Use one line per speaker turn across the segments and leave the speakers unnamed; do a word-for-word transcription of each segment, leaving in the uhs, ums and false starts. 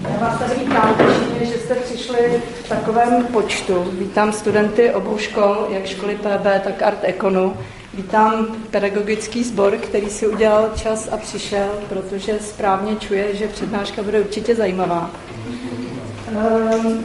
Já vás tady vítám, že jste přišli v takovém počtu. Vítám studenty obou škol, jak školy P B, tak Art Econu. Vítám pedagogický sbor, který si udělal čas a přišel, protože správně čuje, že přednáška bude určitě zajímavá. Um,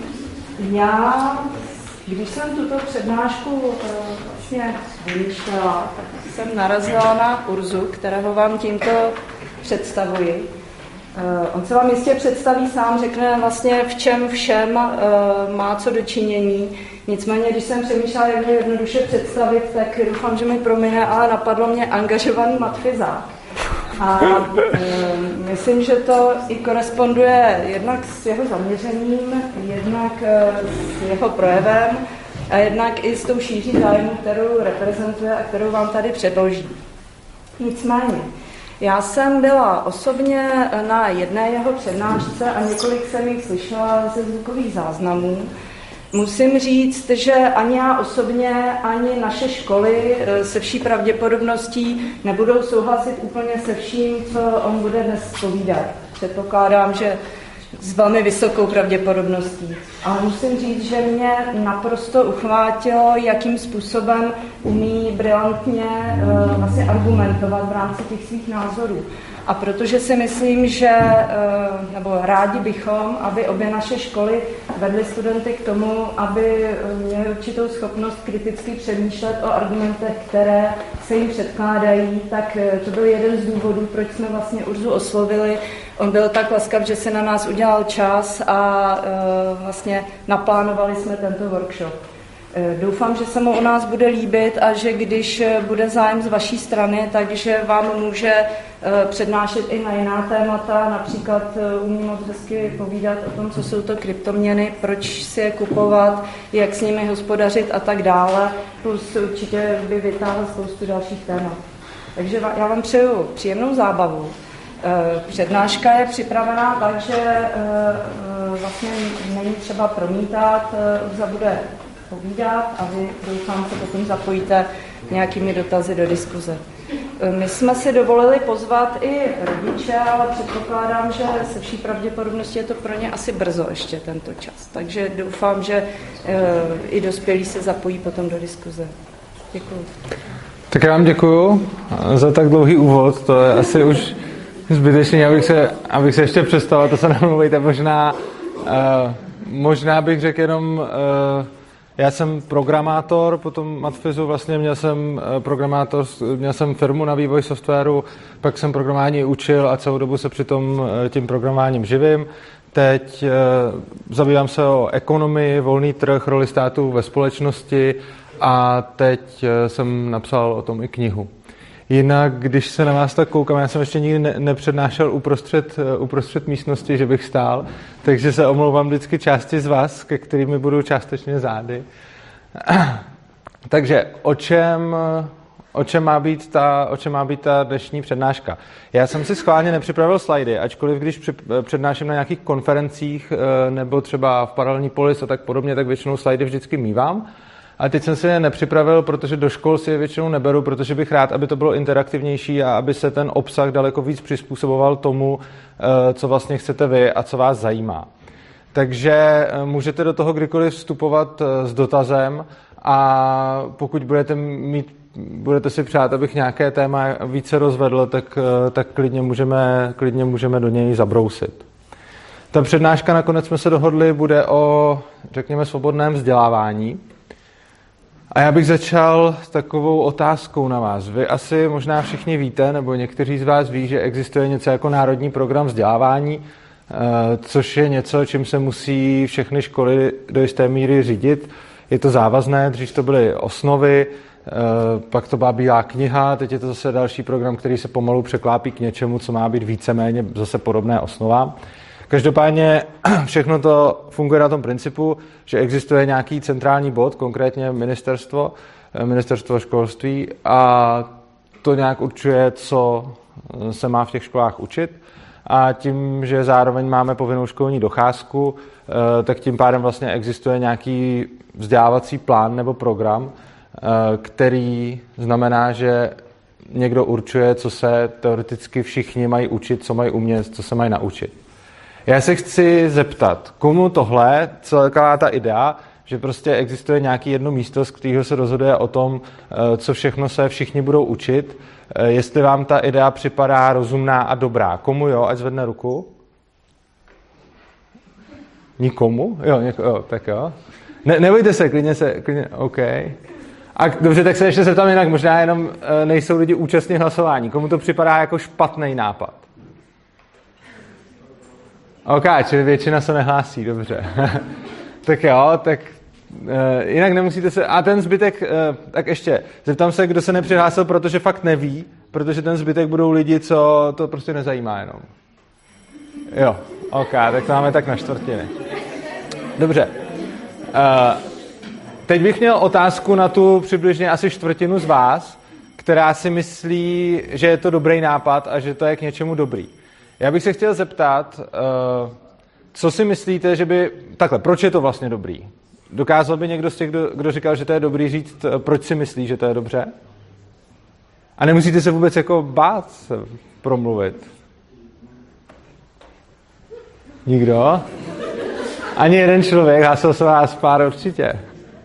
já, když jsem tuto přednášku uh, vlastně vymýšlela, tak jsem narazila na Urzu, kterého vám tímto představuji. Uh, on se vám jistě představí sám, řekne vlastně v čem všem uh, má co dočinění. Nicméně, když jsem přemýšlela, jak mě jednoduše představit, tak doufám, že mi promine, ale napadlo mě angažovaný matfyzák. A uh, myslím, že to i koresponduje jednak s jeho zaměřením, jednak uh, s jeho projevem a jednak i s tou šíří zájmu, kterou reprezentuje a kterou vám tady předloží. Nicméně, já jsem byla osobně na jedné jeho přednášce a několik jsem jich slyšela ze zvukových záznamů. Musím říct, že ani já osobně, ani naše školy se vší pravděpodobností nebudou souhlasit úplně se vším, co on bude dnes povídat. Předpokládám, že s velmi vysokou pravděpodobností. Ale musím říct, že mě naprosto uchvátilo, jakým způsobem umí brilantně uh, vlastně argumentovat v rámci těch svých názorů. A protože si myslím, že, uh, nebo rádi bychom, aby obě naše školy vedly studenty k tomu, aby měli určitou schopnost kriticky přemýšlet o argumentech, které se jim předkládají, tak to byl jeden z důvodů, proč jsme vlastně Urzu oslovili. On byl tak laskav, že se na nás udělal čas a uh, vlastně naplánovali jsme tento workshop. Uh, doufám, že se mu u nás bude líbit a že když bude zájem z vaší strany, takže vám může uh, přednášet i na jiná témata, například uh, umí moc hezky povídat o tom, co jsou to kryptoměny, proč si je kupovat, jak s nimi hospodařit a tak dále, plus určitě by vytáhl spoustu dalších témat. Takže já vám přeju příjemnou zábavu. Přednáška je připravená tak, že vlastně není třeba promítat, Urza bude povídat a vy doufám se potom zapojíte nějakými dotazy do diskuze. My jsme si dovolili pozvat i rodiče, ale předpokládám, že se vší pravděpodobností je to pro ně asi brzo ještě tento čas. Takže doufám, že i dospělí se zapojí potom do diskuze. Děkuju.
Tak já vám děkuju za tak dlouhý úvod, to je asi už zbytečný, abych se, abych se ještě přestal, to se nemluvejte, možná, uh, možná bych řekl jenom, uh, já jsem programátor, potom matfizu vlastně měl jsem uh, programátor, měl jsem firmu na vývoj softwaru, pak jsem programování učil a celou dobu se přitom uh, tím programováním živím. Teď uh, zabývám se o ekonomii, volný trh, roli státu ve společnosti a teď uh, jsem napsal o tom i knihu. Jinak, když se na vás tak koukám, já jsem ještě nikdy ne- nepřednášel uprostřed, uprostřed místnosti, že bych stál, takže se omlouvám vždycky části z vás, ke kterými budu částečně zády. Takže o čem, o čem má být ta, o čem má být ta dnešní přednáška? Já jsem si schválně nepřipravil slajdy, ačkoliv když přednáším na nějakých konferencích nebo třeba v Paralelní polis a tak podobně, tak většinou slajdy vždycky mívám. A teď jsem si je nepřipravil, protože do škol si je většinou neberu, protože bych rád, aby to bylo interaktivnější a aby se ten obsah daleko víc přizpůsoboval tomu, co vlastně chcete vy a co vás zajímá. Takže můžete do toho kdykoliv vstupovat s dotazem a pokud budete mít, budete si přát, abych nějaké téma více rozvedl, tak, tak klidně můžeme, klidně můžeme do něj zabrousit. Ta přednáška, nakonec jsme se dohodli, bude o, řekněme, svobodném vzdělávání. A já bych začal takovou otázkou na vás. Vy asi možná všichni víte, nebo někteří z vás ví, že existuje něco jako národní program vzdělávání, což je něco, čím se musí všechny školy do jisté míry řídit. Je to závazné, dřív to byly osnovy, pak to byla bílá kniha, teď je to zase další program, který se pomalu překlápí k něčemu, co má být víceméně zase podobné osnovám. Každopádně všechno to funguje na tom principu, že existuje nějaký centrální bod, konkrétně ministerstvo, ministerstvo školství a to nějak určuje, co se má v těch školách učit. A tím, že zároveň máme povinnou školní docházku, tak tím pádem vlastně existuje nějaký vzdělávací plán nebo program, který znamená, že někdo určuje, co se teoreticky všichni mají učit, co mají umět, co se mají naučit. Já se chci zeptat, komu tohle, celá ta idea, že prostě existuje nějaký jedno místo, z kterého se rozhoduje o tom, co všechno se všichni budou učit, jestli vám ta idea připadá rozumná a dobrá. Komu jo, ať zvedne ruku? Nikomu? Jo, něko, jo tak jo. Ne, nebojte se, klidně se, klidně, OK. A dobře, tak se ještě zeptám jinak, možná jenom nejsou lidi účastní hlasování. Komu to připadá jako špatný nápad? OK, čili většina se nehlásí, dobře. Tak jo, tak uh, jinak nemusíte se... A ten zbytek, uh, tak ještě, zeptám se, kdo se nepřihlásil, protože fakt neví, protože ten zbytek budou lidi, co to prostě nezajímá jenom. Jo, OK, tak to máme tak na čtvrtiny. Dobře. Uh, teď bych měl otázku na tu přibližně asi čtvrtinu z vás, která si myslí, že je to dobrý nápad a že to je k něčemu dobrý. Já bych se chtěl zeptat, uh, co si myslíte, že by... Takhle, proč je to vlastně dobrý? Dokázal by někdo z těch, kdo, kdo říkal, že to je dobrý, říct, proč si myslí, že to je dobře? A nemusíte se vůbec jako bát se promluvit. Nikdo? Ani jeden člověk, hlásil se vás pár určitě.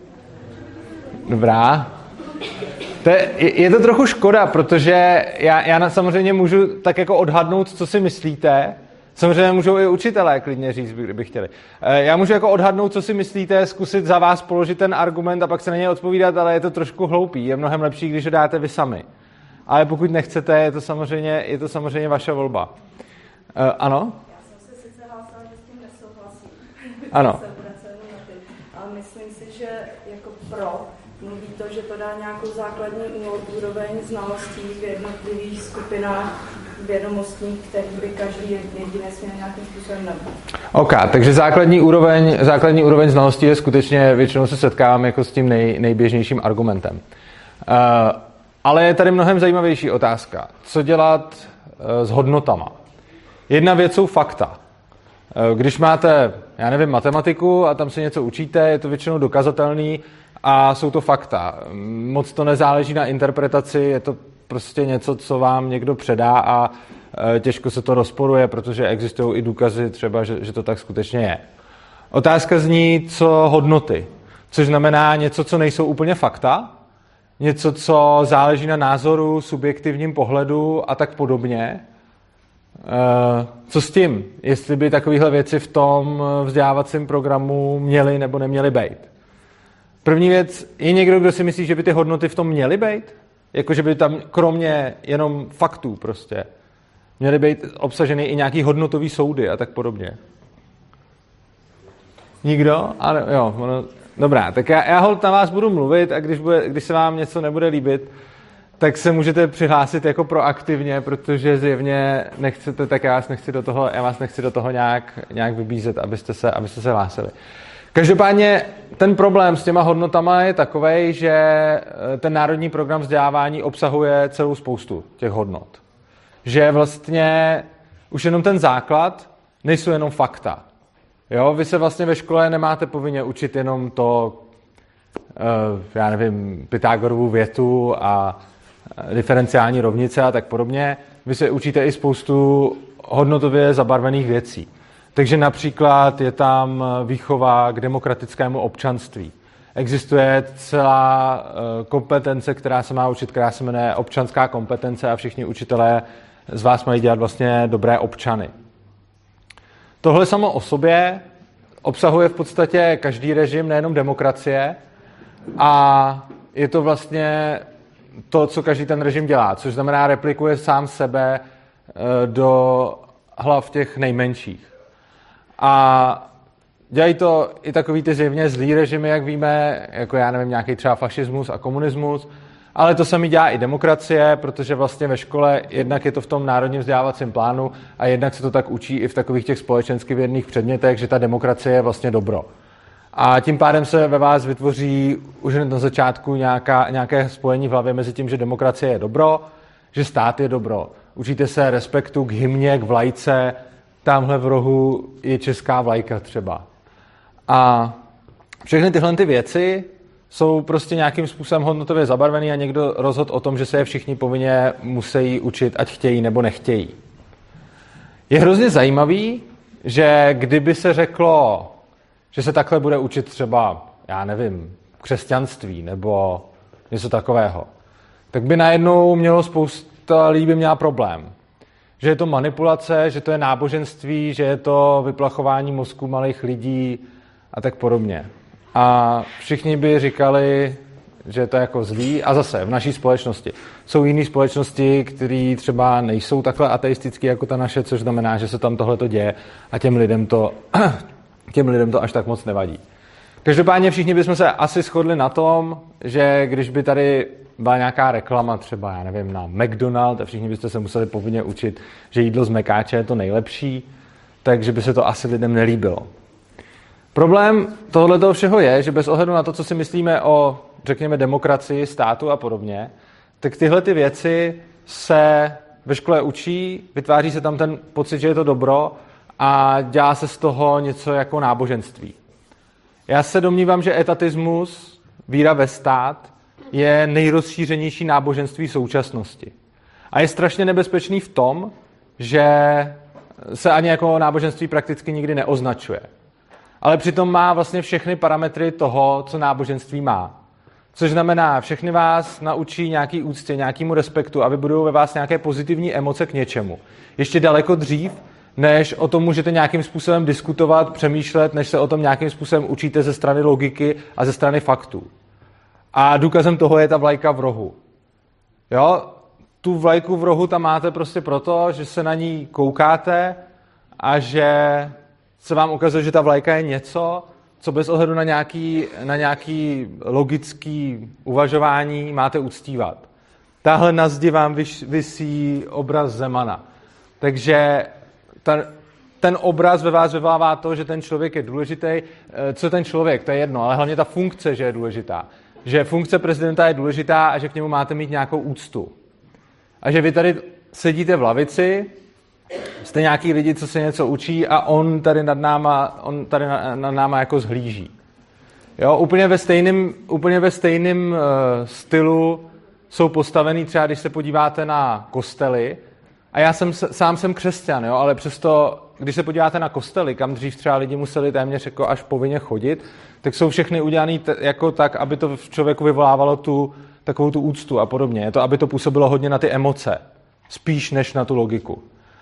Dobrá. To je, je to trochu škoda, protože já, já samozřejmě můžu tak jako odhadnout, co si myslíte. Samozřejmě můžou i učitelé klidně říct, kdyby chtěli. Já můžu jako odhadnout, co si myslíte, zkusit za vás položit ten argument a pak se na něj odpovídat, ale je to trošku hloupý. Je mnohem lepší, když ho dáte vy sami. Ale pokud nechcete, je to samozřejmě, je to samozřejmě vaše volba. Uh, ano?
Já jsem se sice hlásila, že s tím nesouhlasím.
Ano.
Ale myslím si, že jako pro mluví to, že to dá nějakou základní úroveň znalostí v jednotlivých skupinách vědomostních, které by každý jedinec měl nějakým způsobem nabít.
OK, takže základní úroveň, základní úroveň znalostí je skutečně, většinou se setkávám jako s tím nej, nejběžnějším argumentem. Uh, ale je tady mnohem zajímavější otázka. Co dělat uh, s hodnotama? Jedna věc jsou fakta. Uh, když máte, já nevím, matematiku a tam se něco učíte, je to většinou dokazatelný a jsou to fakta. Moc to nezáleží na interpretaci, je to prostě něco, co vám někdo předá a e, těžko se to rozporuje, protože existují i důkazy třeba, že, že to tak skutečně je. Otázka zní, co hodnoty, což znamená něco, co nejsou úplně fakta, něco, co záleží na názoru, subjektivním pohledu a tak podobně. E, co s tím? Jestli by takovéhle věci v tom vzdělávacím programu měly nebo neměly být. První věc, je někdo, kdo si myslí, že by ty hodnoty v tom měly být? Jakože by tam kromě jenom faktů prostě měly být obsaženy i nějaký hodnotový soudy a tak podobně. Nikdo? Ale jo, ono, dobrá, tak já, já holt na vás budu mluvit a když, bude, když se vám něco nebude líbit, tak se můžete přihlásit jako proaktivně, protože zjevně nechcete, tak já vás nechci do toho, já vás nechci do toho nějak, nějak vybízet, abyste se, abyste se hlásili. Každopádně ten problém s těma hodnotama je takovej, že ten národní program vzdělávání obsahuje celou spoustu těch hodnot. Že vlastně už jenom ten základ nejsou jenom fakta. Jo? Vy se vlastně ve škole nemáte povinně učit jenom to, já nevím, Pythagorovu větu a diferenciální rovnice a tak podobně. Vy se učíte i spoustu hodnotově zabarvených věcí. Takže například je tam výchova k demokratickému občanství. Existuje celá kompetence, která se má učit, která se jmenuje občanská kompetence a všichni učitelé z vás mají dělat vlastně dobré občany. Tohle samo o sobě obsahuje v podstatě každý režim, nejenom demokracie, a je to vlastně to, co každý ten režim dělá, což znamená replikuje sám sebe do hlav těch nejmenších. A dělají to i takový ty zjevně zlý režimy, jak víme, jako já nevím, nějaký třeba fašismus a komunismus, ale to samý dělá i demokracie, protože vlastně ve škole jednak je to v tom národním vzdělávacím plánu a jednak se to tak učí i v takových těch společensky vědných předmětech, že ta demokracie je vlastně dobro. A tím pádem se ve vás vytvoří už na začátku nějaká, nějaké spojení v hlavě mezi tím, že demokracie je dobro, že stát je dobro. Učíte se respektu k hymně, k vlajce, tamhle v rohu je česká vlajka třeba. A všechny tyhle ty věci jsou prostě nějakým způsobem hodnotově zabarvený a někdo rozhodl o tom, že se je všichni povinně musí učit, ať chtějí nebo nechtějí. Je hrozně zajímavý, že kdyby se řeklo, že se takhle bude učit třeba, já nevím, křesťanství nebo něco takového, tak by najednou mělo spousta lidí by měla problém. Že je to manipulace, že to je náboženství, že je to vyplachování mozku malých lidí a tak podobně. A všichni by říkali, že to je jako zlý. A zase v naší společnosti jsou jiné společnosti, které třeba nejsou takhle ateistické jako ta naše, což znamená, že se tam tohleto děje a těm lidem to, těm lidem to až tak moc nevadí. Každopádně všichni bychom se asi shodli na tom, že když by tady byla nějaká reklama třeba, já nevím, na McDonald a všichni byste se museli povinně učit, že jídlo z mekáče je to nejlepší, takže by se to asi lidem nelíbilo. Problém tohoto všeho je, že bez ohledu na to, co si myslíme o, řekněme, demokracii, státu a podobně, tak tyhle ty věci se ve škole učí, vytváří se tam ten pocit, že je to dobro a dělá se z toho něco jako náboženství. Já se domnívám, že etatismus, víra ve stát, je nejrozšířenější náboženství současnosti. A je strašně nebezpečný v tom, že se ani jako náboženství prakticky nikdy neoznačuje. Ale přitom má vlastně všechny parametry toho, co náboženství má. Což znamená, všechny vás naučí nějaký úctě, nějakému respektu a vybudují ve vás nějaké pozitivní emoce k něčemu. Ještě daleko dřív, než o tom můžete nějakým způsobem diskutovat, přemýšlet, než se o tom nějakým způsobem učíte ze strany logiky a ze strany faktů. A důkazem toho je ta vlajka v rohu. Jo? Tu vlajku v rohu tam máte prostě proto, že se na ní koukáte a že se vám ukazuje, že ta vlajka je něco, co bez ohledu na nějaký, na nějaký logický uvažování máte uctívat. Tahle na zdi vám visí obraz Zemana. Takže ta, ten obraz ve vás vyvolává to, že ten člověk je důležitý. Co ten člověk, to je jedno, ale hlavně ta funkce, že je důležitá. Že funkce prezidenta je důležitá a že k němu máte mít nějakou úctu. A že vy tady sedíte v lavici, jste nějaký lidi, co se něco učí a on tady nad náma, on tady nad náma jako zhlíží. Jo, úplně ve stejném, úplně ve stejném uh, stylu jsou postavený třeba, když se podíváte na kostely. A já jsem sám jsem křesťan, jo, ale přesto, když se podíváte na kostely, kam dřív třeba lidi museli téměř jako až povinně chodit, tak jsou všechny udělané t- jako tak, aby to v člověku vyvolávalo tu takovou tu úctu a podobně. Je to, aby to působilo hodně na ty emoce, spíš než na tu logiku.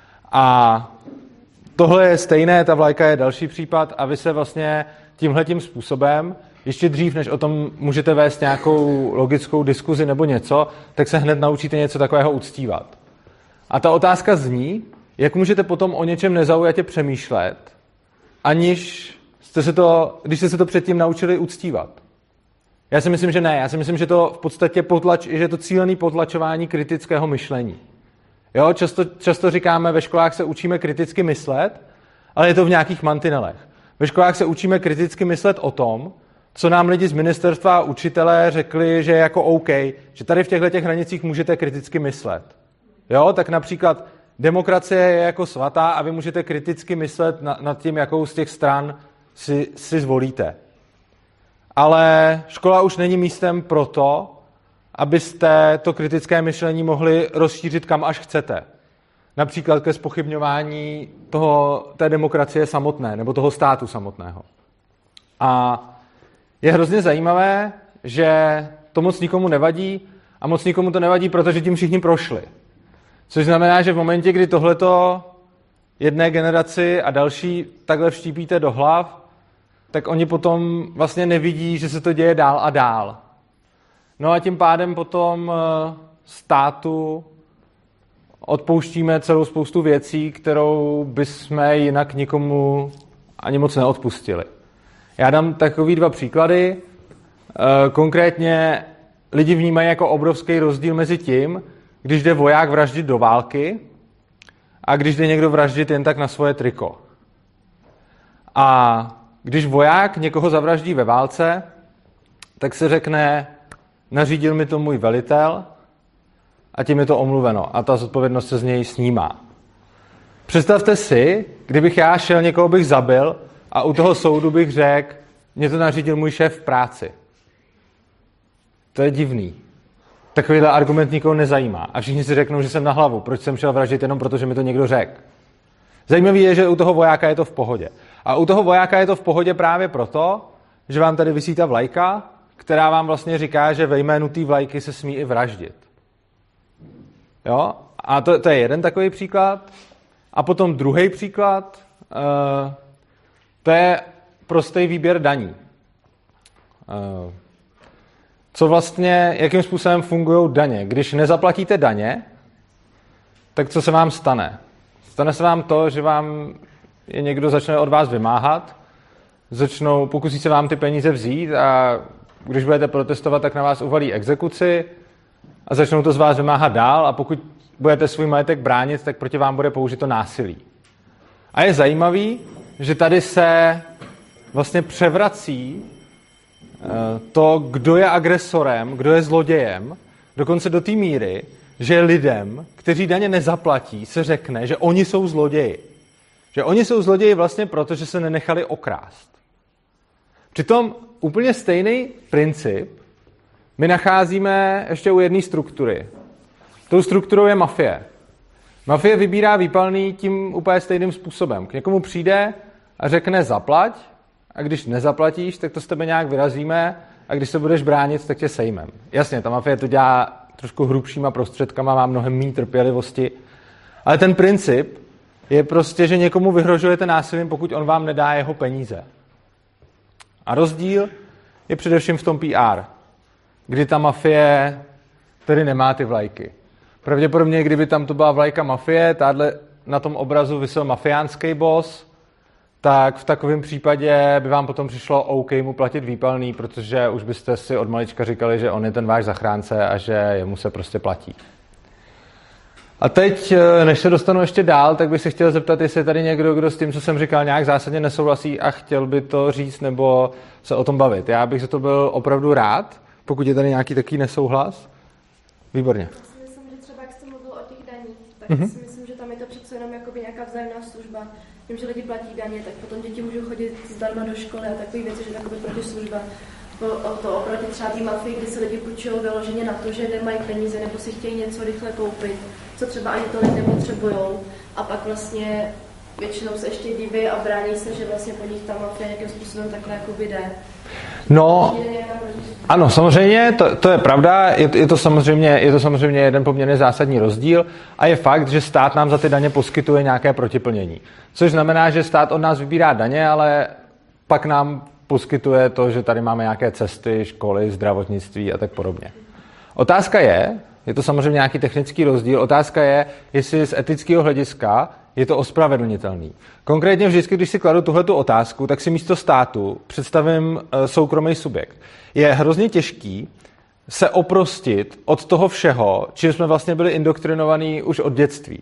A tohle je stejné, ta vlajka je další případ a vy se vlastně tímhletím způsobem, ještě dřív, než o tom můžete vést nějakou logickou diskuzi nebo něco, tak se hned naučíte něco takového uctívat. A ta otázka zní, jak můžete potom o něčem nezaujatě přemýšlet, aniž jste se to, když jste se to předtím naučili uctívat. Já si myslím, že ne. Já si myslím, že to v podstatě potlač, že je to cílený potlačování kritického myšlení. Jo, často, často říkáme, ve školách se učíme kriticky myslet, ale je to v nějakých mantinelech. Ve školách se učíme kriticky myslet o tom, co nám lidi z ministerstva a učitelé řekli, že je jako OK, že tady v těchto těch hranicích můžete kriticky myslet. Jo, tak například demokracie je jako svatá a vy můžete kriticky myslet na, nad tím, jakou z těch stran si, si zvolíte. Ale škola už není místem pro to, abyste to kritické myšlení mohli rozšířit kam až chcete. Například ke zpochybňování toho, té demokracie samotné, nebo toho státu samotného. A je hrozně zajímavé, že to moc nikomu nevadí a moc nikomu to nevadí, protože tím všichni prošli. Což znamená, že v momentě, kdy tohleto jedné generaci a další takhle vštípíte do hlav, tak oni potom vlastně nevidí, že se to děje dál a dál. No a tím pádem potom státu odpouštíme celou spoustu věcí, kterou bychom jinak nikomu ani moc neodpustili. Já dám takový dva příklady. Konkrétně lidi vnímají jako obrovský rozdíl mezi tím, když jde voják vraždit do války a když jde někdo vraždit jen tak na svoje triko. A když voják někoho zavraždí ve válce, tak se řekne, nařídil mi to můj velitel a tím je to omluveno a ta zodpovědnost se z něj snímá. Představte si, kdybych já šel, někoho bych zabil a u toho soudu bych řekl, mě to nařídil můj šéf v práci. To je divný. Takovýhle argument nikoho nezajímá. A všichni si řeknou, že jsem na hlavu. Proč jsem šel vraždit jenom proto, že mi to někdo řekl? Zajímavé je, že u toho vojáka je to v pohodě. A u toho vojáka je to v pohodě právě proto, že vám tady visí ta vlajka, která vám vlastně říká, že ve jménu té vlajky se smí i vraždit. Jo? A to, to je jeden takový příklad. A potom druhý příklad, uh, to je prostý výběr daní. Uh, co vlastně, jakým způsobem fungují daně? Když nezaplatíte daně, tak co se vám stane? Stane se vám to, že vám je někdo začne od vás vymáhat, začnou, pokusí se vám ty peníze vzít a když budete protestovat, tak na vás uvalí exekuci a začnou to z vás vymáhat dál a pokud budete svůj majetek bránit, tak proti vám bude použito násilí. A je zajímavý, že tady se vlastně převrací to, kdo je agresorem, kdo je zlodějem, dokonce do té míry, že lidem, kteří daně nezaplatí, se řekne, že oni jsou zloději. Že oni jsou zloději vlastně proto, že se nenechali okrást. Přitom úplně stejný princip my nacházíme ještě u jedné struktury. Tou strukturou je mafie. Mafie vybírá výpalný tím úplně stejným způsobem. K někomu přijde a řekne zaplať a když nezaplatíš, tak to s tebe nějak vyrazíme a když se budeš bránit, tak tě sejmem. Jasně, ta mafie to dělá trošku hrubšíma prostředkama, má mnohem méně trpělivosti, ale ten princip je prostě, že někomu vyhrožujete násilím, pokud on vám nedá jeho peníze. A rozdíl je především v tom P R, kdy ta mafie tedy nemá ty vlajky. Pravděpodobně, kdyby tam to byla vlajka mafie, tahle na tom obrazu visel mafiánský boss, tak v takovém případě by vám potom přišlo OK mu platit výpalný, protože už byste si od malička říkali, že on je ten váš zachránce a že jemu se prostě platí. A teď, než se dostanu ještě dál, tak bych se chtěl zeptat, jestli je tady někdo, kdo s tím, co jsem říkal, nějak zásadně nesouhlasí a chtěl by to říct nebo se o tom bavit. Já bych za to byl opravdu rád, pokud je tady nějaký takový nesouhlas. Výborně.
Já si myslím, že třeba jak jste mluvil o těch daních, tak
mm-hmm.
si myslím, že tam je to přece jenom jakoby nějaká vzájemná služba. Tím, že lidi platí daně, tak potom děti můžou chodit zdarma do školy a takové věci, že takové protislužba. To oproti třeba té mafii, kdy se lidi půjčují vyloženě na to, že nemají peníze nebo si chtějí něco rychle koupit, co třeba ani tolik nepotřebujou. A pak vlastně většinou se ještě diví a brání se, že vlastně po nich ta mafie nějakým způsobem takhle jako jde.
No, ano, samozřejmě, to, to je pravda, je, je, to samozřejmě, je to samozřejmě jeden poměrně zásadní rozdíl a je fakt, že stát nám za ty daně poskytuje nějaké protiplnění. Což znamená, že stát od nás vybírá daně, ale pak nám poskytuje to, že tady máme nějaké cesty, školy, zdravotnictví a tak podobně. Otázka je, je to samozřejmě nějaký technický rozdíl, otázka je, jestli z etického hlediska je to ospravedlnitelný. Konkrétně vždycky, když si kladu tuhletu otázku, tak si místo státu představím soukromý subjekt. Je hrozně těžký se oprostit od toho všeho, čím jsme vlastně byli indoktrinovaní už od dětství.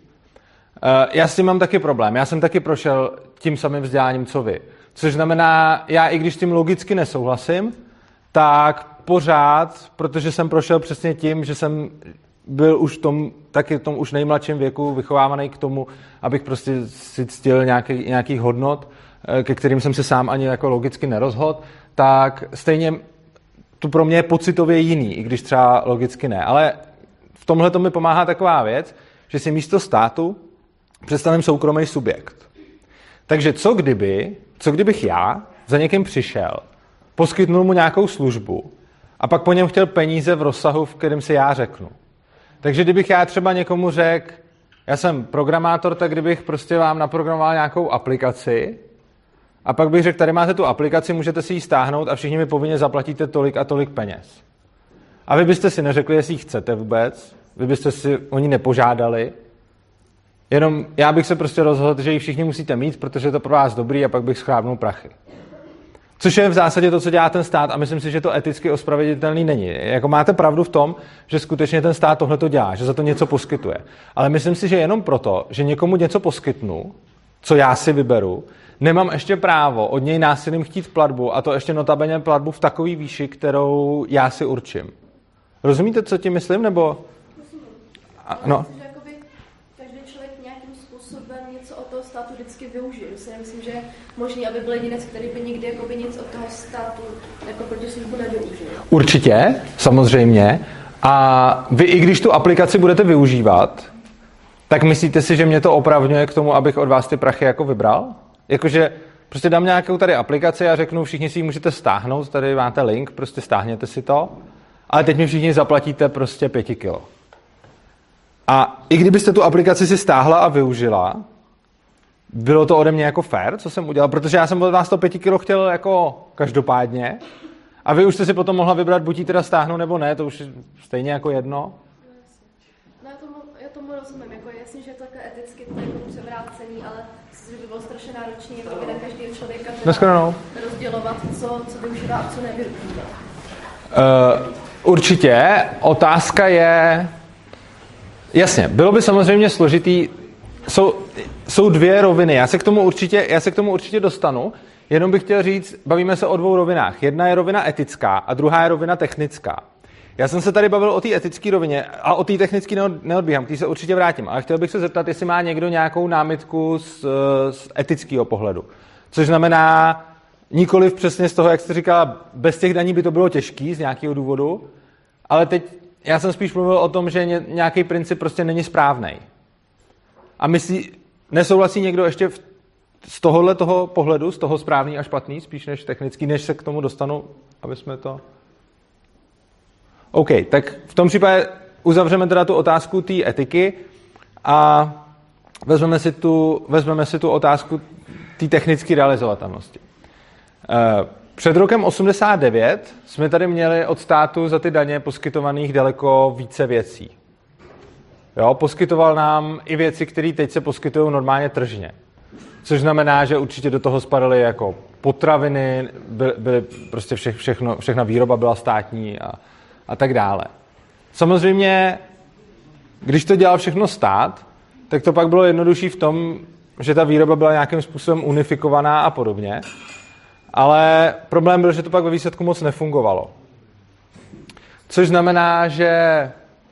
Já s tím mám taky problém. Já jsem taky prošel tím samým vzděláním, co vy. Což znamená, já i když s tím logicky nesouhlasím, tak pořád, protože jsem prošel přesně tím, že jsem byl už v tom, taky v tom už nejmladším věku vychovávaný k tomu, abych prostě si ctil nějaký, nějakých hodnot, ke kterým jsem se sám ani jako logicky nerozhodl, tak stejně to pro mě je pocitově jiný, i když třeba logicky ne. Ale v tomhle to mi pomáhá taková věc, že si místo státu představím soukromý subjekt. Takže co kdyby, co kdybych já za někým přišel, poskytnul mu nějakou službu a pak po něm chtěl peníze v rozsahu, v kterém si já řeknu. Takže kdybych já třeba někomu řekl, já jsem programátor, tak kdybych prostě vám naprogramoval nějakou aplikaci a pak bych řekl, tady máte tu aplikaci, můžete si ji stáhnout a všichni mi povinně zaplatíte tolik a tolik peněz. A vy byste si neřekli, jestli ji chcete vůbec, vy byste si o ní nepožádali, jenom já bych se prostě rozhodl, že ji všichni musíte mít, protože je to pro vás dobrý a pak bych schrábnul prachy. Což je v zásadě to, co dělá ten stát a myslím si, že to eticky ospravedlnitelný není. Jako máte pravdu v tom, že skutečně ten stát tohle to dělá, že za to něco poskytuje. Ale myslím si, že jenom proto, že někomu něco poskytnu, co já si vyberu, nemám ještě právo od něj násilím chtít platbu a to ještě notabene platbu v takové výši, kterou já si určím. Rozumíte, co tím myslím, nebo? A, no.
Něco od toho státu vždycky využije. Já si myslím, že je možný, aby byl jedinec, který by nikdy jakoby nic od toho státu jako protislužbu nevyužil.
Určitě, samozřejmě. A vy i když tu aplikaci budete využívat, tak myslíte si, že mě to opravňuje k tomu, abych od vás ty prachy jako vybral? Jakože prostě dám nějakou tady aplikaci a řeknu, všichni si ji můžete stáhnout, tady máte link, prostě stáhněte si to, ale teď mi všichni zaplatíte prostě pěti kilo. A i kdybyste tu aplikaci si stáhla a využila, bylo to ode mě jako fair, co jsem udělal, protože já jsem od vás to pěti kilo chtěl jako každopádně a vy už jste si potom mohla vybrat, buď ji teda stáhnout nebo ne, to už je stejně jako jedno.
No já tomu, já tomu rozumím, jako je jasný, že je to takové eticky to jako převrácení, ale myslím, že by bylo strašně náročné jako na každého člověka
teda
rozdělovat, co, co využívá a co nevyužívá.
Uh, určitě. Otázka je... Jasně, bylo by samozřejmě složitý. Jsou, jsou dvě roviny. Já se k tomu určitě, já se k tomu určitě dostanu. Jenom bych chtěl říct, bavíme se o dvou rovinách. Jedna je rovina etická a druhá je rovina technická. Já jsem se tady bavil o té etické rovině a o té technické neodbíhám, k té se určitě vrátím. Ale chtěl bych se zeptat, jestli má někdo nějakou námitku z, z etického pohledu. Což znamená nikoliv přesně z toho, jak jste říkala, bez těch daní by to bylo těžký z nějakého důvodu, ale teď já jsem spíš mluvil o tom, že nějaký princip prostě není správnej. A myslí, nesouhlasí někdo ještě v, z tohohle toho pohledu, z toho správný a špatný, spíš než technický, než se k tomu dostanu, aby jsme to... OK, tak v tom případě uzavřeme teda tu otázku té etiky a vezmeme si tu, vezmeme si tu otázku té technické realizovatelnosti. Před rokem osmdesát devět jsme tady měli od státu za ty daně poskytovaných daleko více věcí. Jo, poskytoval nám i věci, které teď se poskytují normálně tržně. Což znamená, že určitě do toho spadaly jako potraviny, byly, byly prostě vše, všechno, všechna výroba byla státní a, a tak dále. Samozřejmě, když to dělal všechno stát, tak to pak bylo jednodušší v tom, že ta výroba byla nějakým způsobem unifikovaná a podobně. Ale problém byl, že to pak ve výsledku moc nefungovalo. Což znamená, že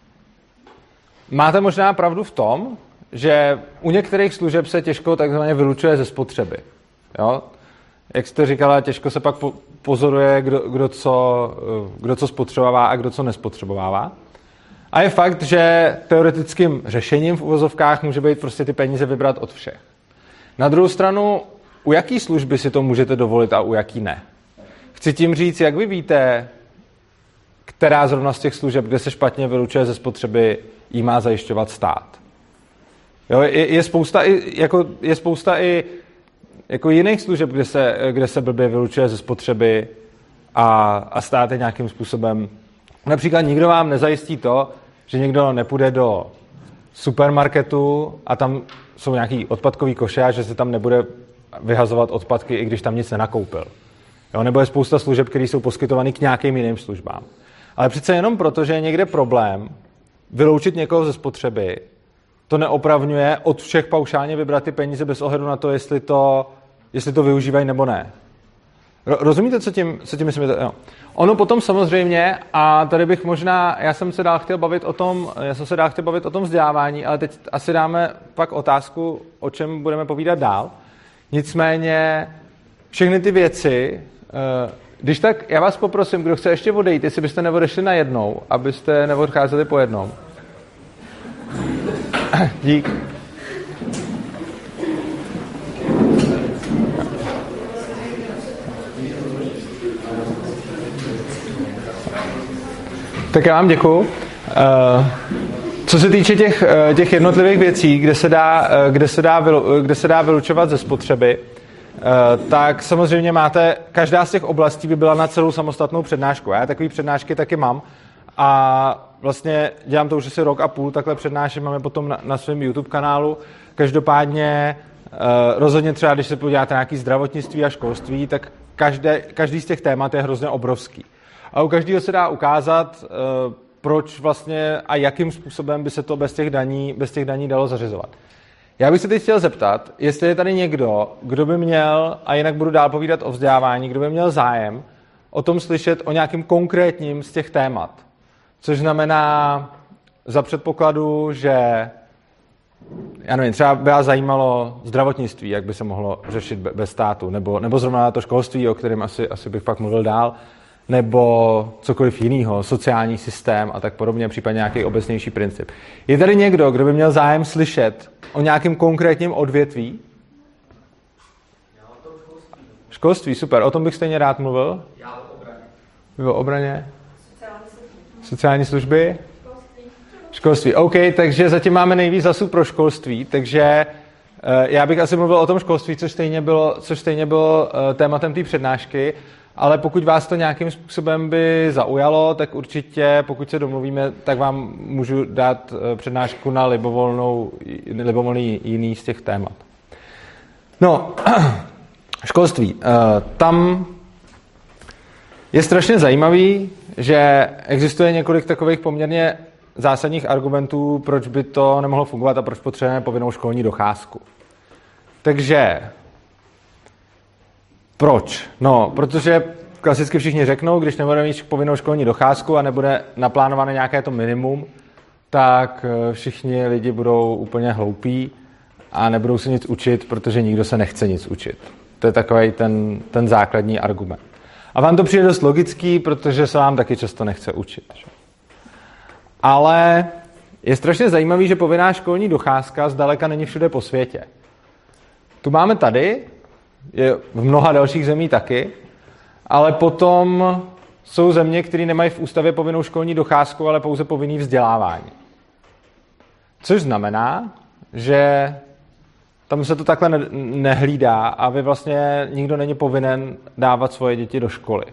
máte možná pravdu v tom, že u některých služeb se těžko takzvaně vylučuje ze spotřeby. Jo? Jak jste říkala, těžko se pak pozoruje, kdo, kdo, co, kdo co spotřebovává a kdo co nespotřebovává. A je fakt, že teoretickým řešením v uvozovkách může být prostě ty peníze vybrat od všech. Na druhou stranu, u jaký služby si to můžete dovolit a u jaký ne? Chci tím říct, jak vy víte, která zrovna z těch služeb, kde se špatně vylučuje ze spotřeby, jí má zajišťovat stát. Jo, je, je spousta i, jako, je spousta i jako jiných služeb, kde se, kde se blbě vylučuje ze spotřeby a, a stát je nějakým způsobem. Například nikdo vám nezajistí to, že někdo nepůjde do supermarketu a tam jsou nějaký odpadkový koše a že se tam nebude vyhazovat odpadky, i když tam nic nenakoupil. Jo, nebo je spousta služeb, které jsou poskytovány k nějakým jiným službám. Ale přece jenom proto, že je někde problém vyloučit někoho ze spotřeby, to neopravňuje od všech paušálně vybrat ty peníze bez ohledu na to, jestli to, jestli to využívají nebo ne. Rozumíte, co tím, co tím myslím? Jo. Ono potom samozřejmě, a tady bych možná, já jsem se dál chtěl bavit o tom, já jsem se dál chtěl bavit o tom vzdělávání, ale teď asi dáme pak otázku, o čem budeme povídat dál. Nicméně všechny ty věci, když tak, já vás poprosím, kdo chce ještě odejít, jestli byste neodešli na jednou, abyste neodcházeli po jednom. Dík. Tak já vám děkuju. Co se týče těch, těch jednotlivých věcí, kde se dá, kde se dá, kde se dá vylučovat ze spotřeby, tak samozřejmě máte, každá z těch oblastí by byla na celou samostatnou přednášku. Já takový přednášky taky mám a vlastně dělám to už asi rok a půl, takhle přednáším, máme potom na, na svém YouTube kanálu. Každopádně rozhodně třeba, když se podíváte na nějaké zdravotnictví a školství, tak každé, každý z těch témat je hrozně obrovský. A u každého se dá ukázat, proč vlastně a jakým způsobem by se to bez těch daní, bez těch daní dalo zařizovat. Já bych se teď chtěl zeptat, jestli je tady někdo, kdo by měl, a jinak budu dál povídat o vzdělávání, kdo by měl zájem o tom slyšet o nějakým konkrétním z těch témat. Což znamená za předpokladu, že já nevím, třeba by vás zajímalo zdravotnictví, jak by se mohlo řešit bez státu, nebo, nebo zrovna to školství, o kterém asi, asi bych pak mluvil dál, nebo cokoliv jiného, sociální systém a tak podobně, případně nějaký obecnější princip. Je tady někdo, kdo by měl zájem slyšet o nějakém konkrétním odvětví? Školství, super. O tom bych stejně rád mluvil.
Já o obraně.
Vy o obraně?
Sociální služby.
Sociální služby?
Školství.
Školství, OK, takže zatím máme nejvíc hlasů pro školství, takže uh, já bych asi mluvil o tom školství, což stejně bylo, což stejně bylo uh, tématem té přednášky, ale pokud vás to nějakým způsobem by zaujalo, tak určitě, pokud se domluvíme, tak vám můžu dát uh, přednášku na libovolnou, libovolný jiný z těch témat. No, školství. Uh, tam je strašně zajímavý, že existuje několik takových poměrně zásadních argumentů, proč by to nemohlo fungovat a proč potřebujeme povinnou školní docházku. Takže proč? No, protože klasicky všichni řeknou, když nebudeme mít povinnou školní docházku a nebude naplánované nějaké to minimum, tak všichni lidi budou úplně hloupí a nebudou se nic učit, protože nikdo se nechce nic učit. To je takový ten, ten základní argument. A vám to přijde dost logický, protože se vám taky často nechce učit. Ale je strašně zajímavý, že povinná školní docházka zdaleka není všude po světě. Tu máme tady, je v mnoha dalších zemí taky, ale potom jsou země, které nemají v ústavě povinnou školní docházku, ale pouze povinný vzdělávání. Což znamená, že tam se to takhle ne- nehlídá a vy vlastně nikdo není povinen dávat svoje děti do školy.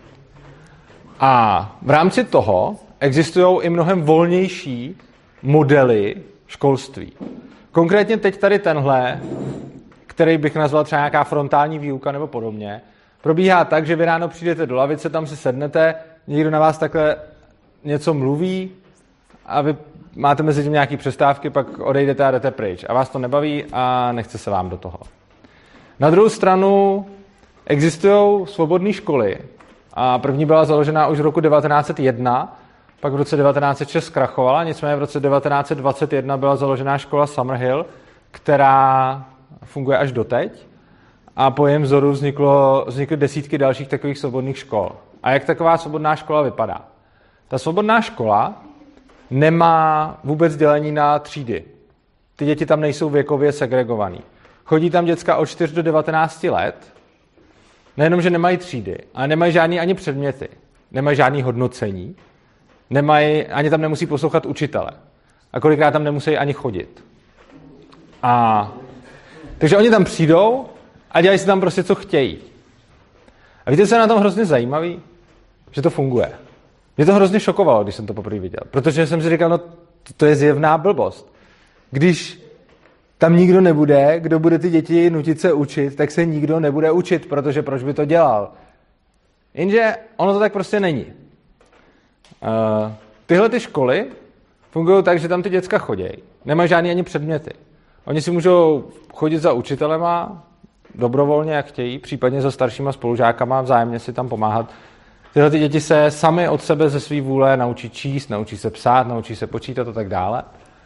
A v rámci toho existují i mnohem volnější modely školství. Konkrétně teď tady tenhle, který bych nazval třeba nějaká frontální výuka nebo podobně, probíhá tak, že vy ráno přijdete do lavice, tam si sednete, někdo na vás takhle něco mluví a vy máte mezi tím nějaký přestávky, pak odejdete a jdete pryč. A vás to nebaví a nechce se vám do toho. Na druhou stranu existují svobodné školy. A první byla založena už v roku devatenáct set jedna, pak v roce devatenáct set šest zkrachovala, nicméně v roce devatenáct set dvacet jedna byla založena škola Summerhill, která funguje až doteď. A po jejím vzoru vzniklo, vznikly desítky dalších takových svobodných škol. A jak taková svobodná škola vypadá? Ta svobodná škola nemá vůbec dělení na třídy. Ty děti tam nejsou věkově segregovaný. Chodí tam děcka od čtyř do devatenácti let, nejenom, že nemají třídy, ale nemají žádný ani předměty, nemají žádný hodnocení, nemají, ani tam nemusí poslouchat učitele. A kolikrát tam nemusí ani chodit. A takže oni tam přijdou a dělají si tam prostě, co chtějí. A víte, co je na tom hrozně zajímavý? Že to funguje. Mě to hrozně šokovalo, když jsem to poprvé viděl. Protože jsem si říkal, no to je zjevná blbost. Když tam nikdo nebude, kdo bude ty děti nutit se učit, tak se nikdo nebude učit, protože proč by to dělal? Jenže ono to tak prostě není. Uh, tyhle ty školy fungují tak, že tam ty děcka chodí. Nemají žádný ani předměty. Oni si můžou chodit za učitelema dobrovolně, jak chtějí, případně za staršíma spolužákama, vzájemně si tam pomáhat. Tyhle ty děti se sami od sebe ze své vůle naučí číst, naučí se psát, naučí se počítat a tak dále.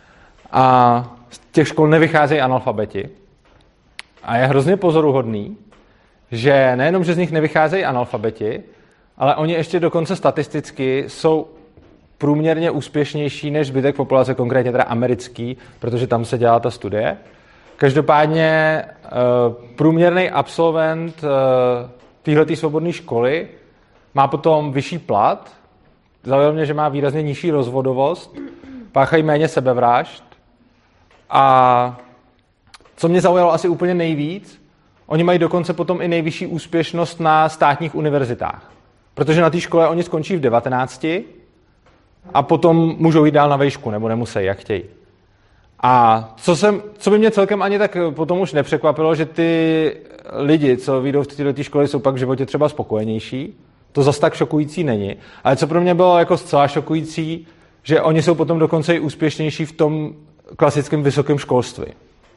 A z těch škol nevycházejí analfabeti. A je hrozně pozoruhodný, že nejenom, že z nich nevycházejí analfabeti, ale oni ještě dokonce statisticky jsou průměrně úspěšnější než zbytek populace, konkrétně teda americký, protože tam se dělá ta studie. Každopádně průměrný absolvent téhletý svobodné školy má potom vyšší plat, zaujalo mě, že má výrazně nižší rozvodovost, páchají méně sebevražd a co mě zaujalo asi úplně nejvíc, oni mají dokonce potom i nejvyšší úspěšnost na státních univerzitách. Protože na té škole oni skončí v devatenácti a potom můžou jít dál na vejšku, nebo nemusí, jak chtějí. A co, jsem, co by mě celkem ani tak potom už nepřekvapilo, že ty lidi, co vyjdou v této školy, jsou pak v životě třeba spokojenější. To zas tak šokující není. Ale co pro mě bylo jako zcela šokující, že oni jsou potom dokonce i úspěšnější v tom klasickém vysokém školství.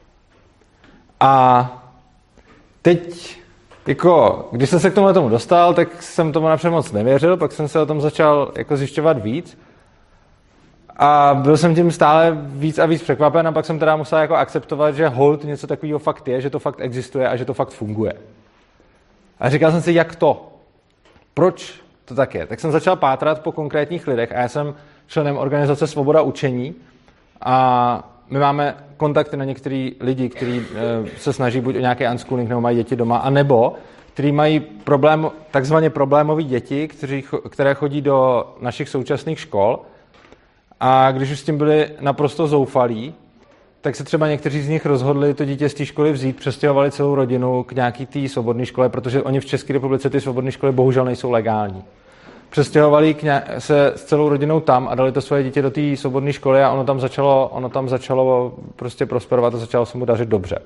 A teď, jako, když jsem se k tomu tomu dostal, tak jsem tomu napřed moc nevěřil, pak jsem se o tom začal jako zjišťovat víc. A byl jsem tím stále víc a víc překvapen a pak jsem teda musel jako akceptovat, že hold něco takového fakt je, že to fakt existuje a že to fakt funguje. A říkal jsem si, jak to? Proč to tak je. Tak jsem začal pátrat po konkrétních lidech a já jsem členem organizace Svoboda učení a my máme kontakty na některý lidi, kteří se snaží buď o nějaký unschooling nebo mají děti doma, anebo kteří mají problém, takzvaně problémové děti, kteří, které chodí do našich současných škol a když už s tím byli naprosto zoufalí, tak se třeba někteří z nich rozhodli to dítě z té školy vzít, přestěhovali celou rodinu k nějaký té svobodné škole, protože oni v České republice ty svobodné školy bohužel nejsou legální. Přestěhovali se s celou rodinou tam a dali to svoje dítě do té svobodné školy a ono tam začalo, ono tam začalo prostě prosperovat a začalo se mu dařit dobře.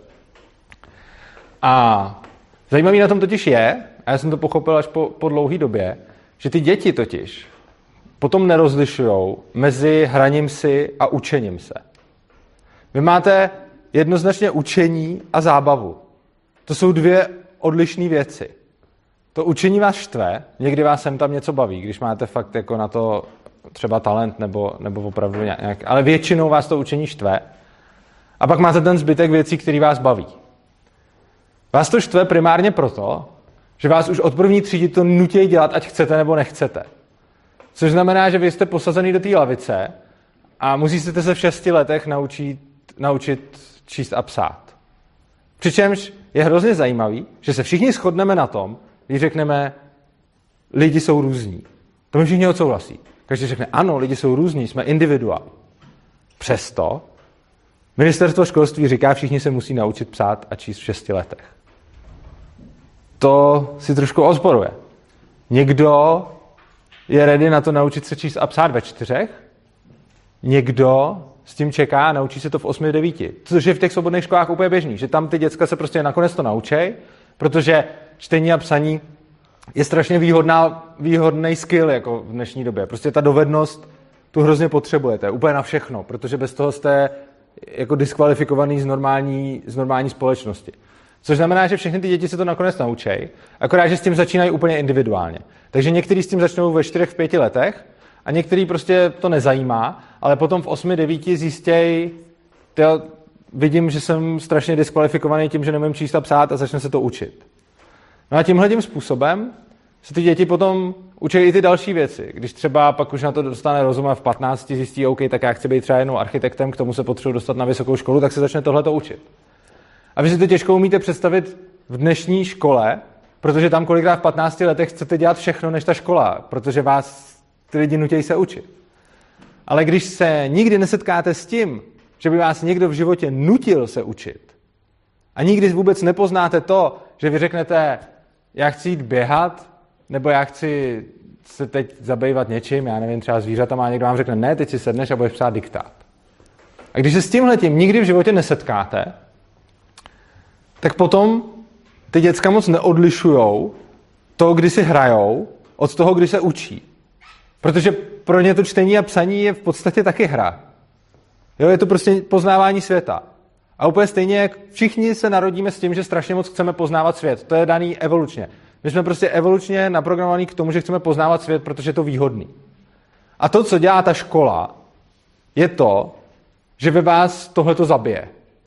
A zajímavý na tom totiž je, a já jsem to pochopil až po, po dlouhé době, že ty děti totiž potom nerozlišujou mezi hraním si a učením se. Vy máte jednoznačně učení a zábavu. To jsou dvě odlišné věci. To učení vás štve, někdy vás sem tam něco baví, když máte fakt jako na to třeba talent nebo, nebo opravdu nějak, ale většinou vás to učení štve. A pak máte ten zbytek věcí, které vás baví. Vás to štve primárně proto, že vás už od první třídy to nutí dělat, ať chcete nebo nechcete. Což znamená, že vy jste posazený do té lavice a musíte se v šesti letech naučit, naučit číst a psát. Přičemž je hrozně zajímavý, že se všichni shodneme na tom, když řekneme, lidi jsou různí. To mi všichni odsouhlasí. Každý řekne, ano, lidi jsou různí, jsme individuál. Přesto ministerstvo školství říká, všichni se musí naučit psát a číst v šesti letech. To si trošku ozporuje. Někdo je ready na to naučit se číst a psát ve čtyřech, někdo s tím čeká a naučí se to v osmi, devíti. Což je v těch svobodných školách úplně běžný, že tam ty děcka se prostě nakonec to naučí, protože čtení a psaní je strašně výhodná, výhodný skill jako v dnešní době. Prostě ta dovednost tu hrozně potřebujete, úplně na všechno, protože bez toho jste jako diskvalifikovaný z normální, z normální společnosti. Což znamená, že všechny ty děti se to nakonec naučí, akorát, že s tím začínají úplně individuálně. Takže někteří s tím začnou ve čtyřech, v pěti letech a některý prostě to nezajímá, ale potom v osmi, devíti zjistějí, vidím, že jsem strašně diskvalifikovaný tím, že nemůžu číst a psát a začne se to učit. No a tímhletím způsobem se ty děti potom učí i ty další věci. Když třeba pak už na to dostane rozum a v patnácti zjistí, OK, tak já chci být třeba jednou architektem, k tomu se potřebuji dostat na vysokou školu, tak se začne tohleto učit. A vy si to těžko umíte představit v dnešní škole, protože tam kolikrát v patnácti letech chcete dělat všechno než ta škola, protože vás ty lidi nutějí se učit. Ale když se nikdy nesetkáte s tím, že by vás někdo v životě nutil se učit a nikdy vůbec nepoznáte to, že vy řeknete, já chci jít běhat, nebo já chci se teď zabývat něčím, já nevím, třeba zvířatama, a někdo vám řekne, ne, teď si sedneš a budeš psát diktát. A když se s tímhletím nikdy v životě nesetkáte, tak potom ty děcka moc neodlišujou to, kdy si hrajou, od toho, kdy se učí. Protože pro ně to čtení a psaní je v podstatě taky hra. Jo, je to prostě poznávání světa. A úplně stejně, jak všichni se narodíme s tím, že strašně moc chceme poznávat svět. To je daný evolučně. My jsme prostě evolučně naprogramovaní k tomu, že chceme poznávat svět, protože je to výhodný. A to, co dělá ta škola, je to, že ve vás tohleto zabije.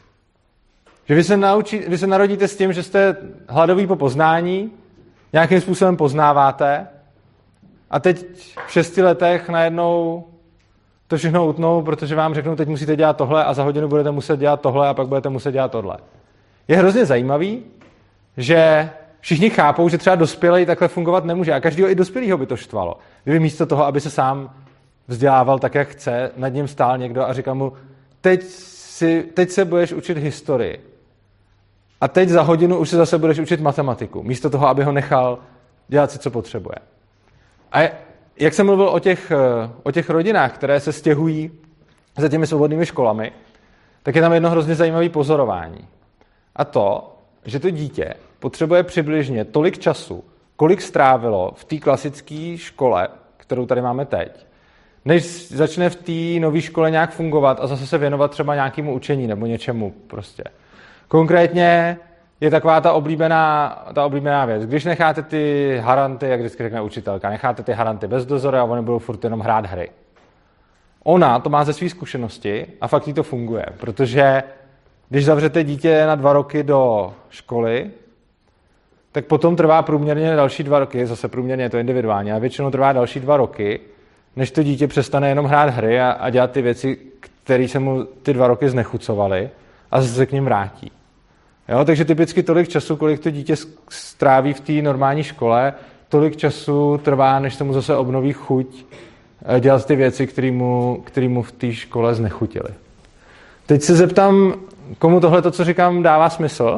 Že vy se, naučí, vy se narodíte s tím, že jste hladoví po poznání, nějakým způsobem poznáváte a teď v šesti letech najednou to všechno utnou, protože vám řeknou, teď musíte dělat tohle a za hodinu budete muset dělat tohle a pak budete muset dělat tohle. Je hrozně zajímavý, že všichni chápou, že třeba dospělý takhle fungovat nemůže a každého i dospělého by to štvalo. Kdyby místo toho, aby se sám vzdělával tak, jak chce, nad ním stál někdo a říkal mu, teď, si, teď se budeš učit historii a teď za hodinu už se zase budeš učit matematiku, místo toho, aby ho nechal dělat si, co potřebuje. A jak jsem mluvil o těch, o těch rodinách, které se stěhují za těmi svobodnými školami, tak je tam jedno hrozně zajímavé pozorování. A to, že to dítě potřebuje přibližně tolik času, kolik strávilo v té klasické škole, kterou tady máme teď, než začne v té nové škole nějak fungovat a zase se věnovat třeba nějakému učení nebo něčemu prostě. Konkrétně je taková ta oblíbená, ta oblíbená věc. Když necháte ty haranty, jak vždycky řekne učitelka, necháte ty haranty bez dozoru a oni budou furt jenom hrát hry. Ona to má ze své zkušenosti a fakt jí to funguje, protože když zavřete dítě na dva roky do školy, tak potom trvá průměrně další dva roky, zase průměrně je to individuálně, a většinou trvá další dva roky, než to dítě přestane jenom hrát hry a, a dělat ty věci, které se mu ty dva roky znechucovaly a se k ním vrátí. Jo, takže typicky tolik času, kolik to dítě stráví v té normální škole, tolik času trvá, než se mu zase obnoví chuť dělat ty věci, které mu, který mu v té škole znechutily. Teď se zeptám, komu tohle, to, co říkám, dává smysl?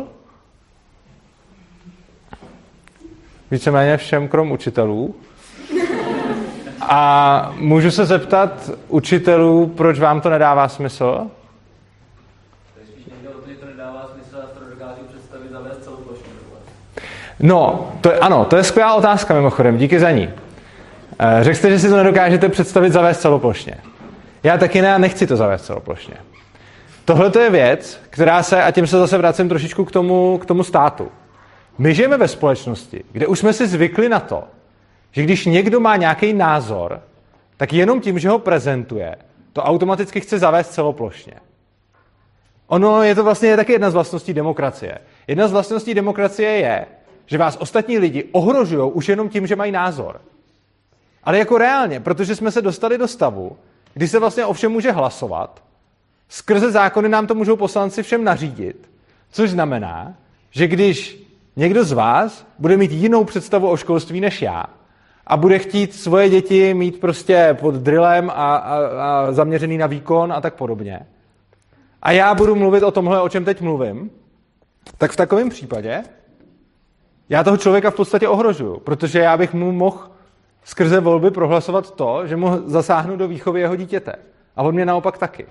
Víceméně všem, krom učitelů. A můžu se zeptat učitelů, proč vám to nedává smysl? No, to je, ano, to je skvělá otázka mimochodem, díky za ní. Řekl jste, že si to nedokážete představit zavést celoplošně. Já taky ne, nechci to zavést celoplošně. Tohle to je věc, která se, a tím se zase vracím trošičku k tomu, k tomu státu. My žijeme ve společnosti, kde už jsme si zvykli na to, že když někdo má nějaký názor, tak jenom tím, že ho prezentuje, to automaticky chce zavést celoplošně. Ono je to vlastně taky jedna z vlastností demokracie. Jedna z vlastností demokracie je, že vás ostatní lidi ohrožují už jenom tím, že mají názor. Ale jako reálně, protože jsme se dostali do stavu, kdy se vlastně o všem může hlasovat, skrze zákony nám to můžou poslanci všem nařídit, což znamená, že když někdo z vás bude mít jinou představu o školství než já a bude chtít svoje děti mít prostě pod drillem a, a, a zaměřený na výkon a tak podobně, a já budu mluvit o tomhle, o čem teď mluvím, tak v takovém případě já toho člověka v podstatě ohrožuju, protože já bych mu mohl skrze volby prohlasovat to, že mu zasáhnu do výchovy jeho dítěte. A on mě naopak taky.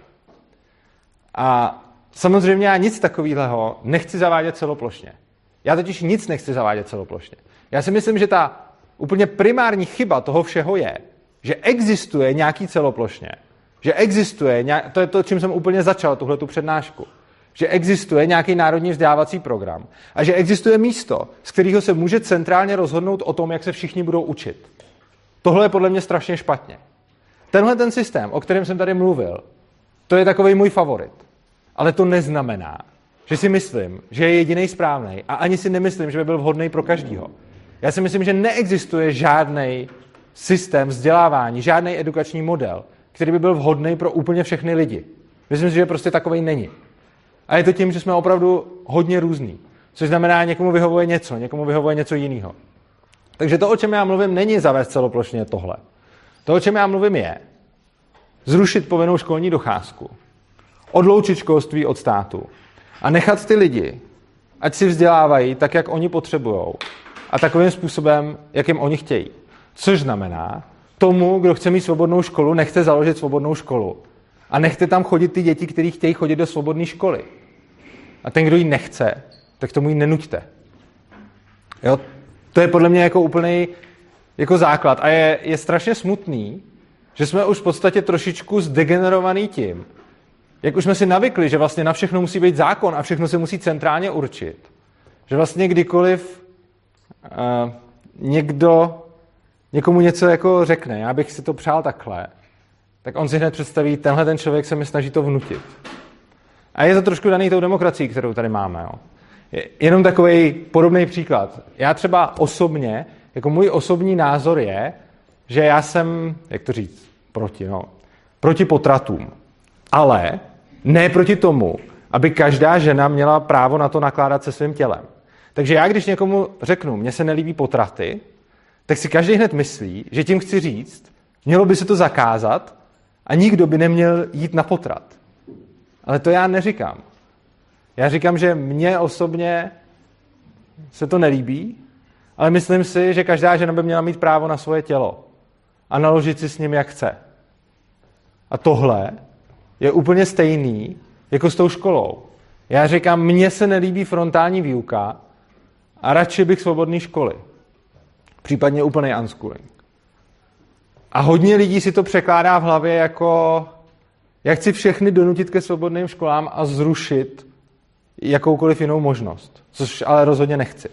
A samozřejmě já nic takového nechci zavádět celoplošně. Já totiž nic nechci zavádět celoplošně. Já si myslím, že ta úplně primární chyba toho všeho je, že existuje nějaký celoplošně, že existuje, nějak, to je to, čím jsem úplně začal, tuhletu přednášku, že existuje nějaký národní vzdělávací program a že existuje místo, z kterého se může centrálně rozhodnout o tom, jak se všichni budou učit. Tohle je podle mě strašně špatně. Tenhle ten systém, o kterém jsem tady mluvil, to je takovej můj favorit. Ale to neznamená, že si myslím, že je jedinej správnej a ani si nemyslím, že by byl vhodný pro každýho. Já si myslím, že neexistuje žádný systém vzdělávání, žádný edukační model, který by byl vhodný pro úplně všechny lidi. Myslím si, že prostě takovej není. A je to tím, že jsme opravdu hodně různí. Což znamená, někomu vyhovuje něco, někomu vyhovuje něco jiného. Takže to, o čem já mluvím, není zavést celoplošně tohle. To, o čem já mluvím, je zrušit povinnou školní docházku, odloučit školství od státu a nechat ty lidi, ať si vzdělávají tak, jak oni potřebujou a takovým způsobem, jakým oni chtějí. Což znamená, tomu, kdo chce mít svobodnou školu, nechte založit svobodnou školu. A nechte tam chodit ty děti, kteří chtějí chodit do svobodné školy. A ten, kdo ji nechce, tak tomu ji nenuťte. Jo? To je podle mě jako úplný jako základ. A je, je strašně smutný, že jsme už v podstatě trošičku zdegenerovaný tím, jak už jsme si navykli, že vlastně na všechno musí být zákon a všechno se musí centrálně určit. Že vlastně kdykoliv uh, někdo někomu něco jako řekne, já bych si to přál takhle, tak on si hned představí, tenhle ten člověk se mi snaží to vnutit. A je to trošku daný tou demokracií, kterou tady máme. Jo. Jenom takový podobný příklad. Já třeba osobně, jako můj osobní názor je, že já jsem, jak to říct, proti, no, proti potratům. Ale ne proti tomu, aby každá žena měla právo na to nakládat se svým tělem. Takže já, když někomu řeknu, mně se nelíbí potraty, tak si každý hned myslí, že tím chci říct, mělo by se to zakázat a nikdo by neměl jít na potrat. Ale to já neříkám. Já říkám, že mně osobně se to nelíbí, ale myslím si, že každá žena by měla mít právo na svoje tělo a naložit si s ním, jak chce. A tohle je úplně stejný jako s tou školou. Já říkám, mně se nelíbí frontální výuka a radši bych svobodný školy. Případně úplný unschooling. A hodně lidí si to překládá v hlavě jako, jak chci všechny donutit ke svobodným školám a zrušit jakoukoliv jinou možnost. Což ale rozhodně nechci.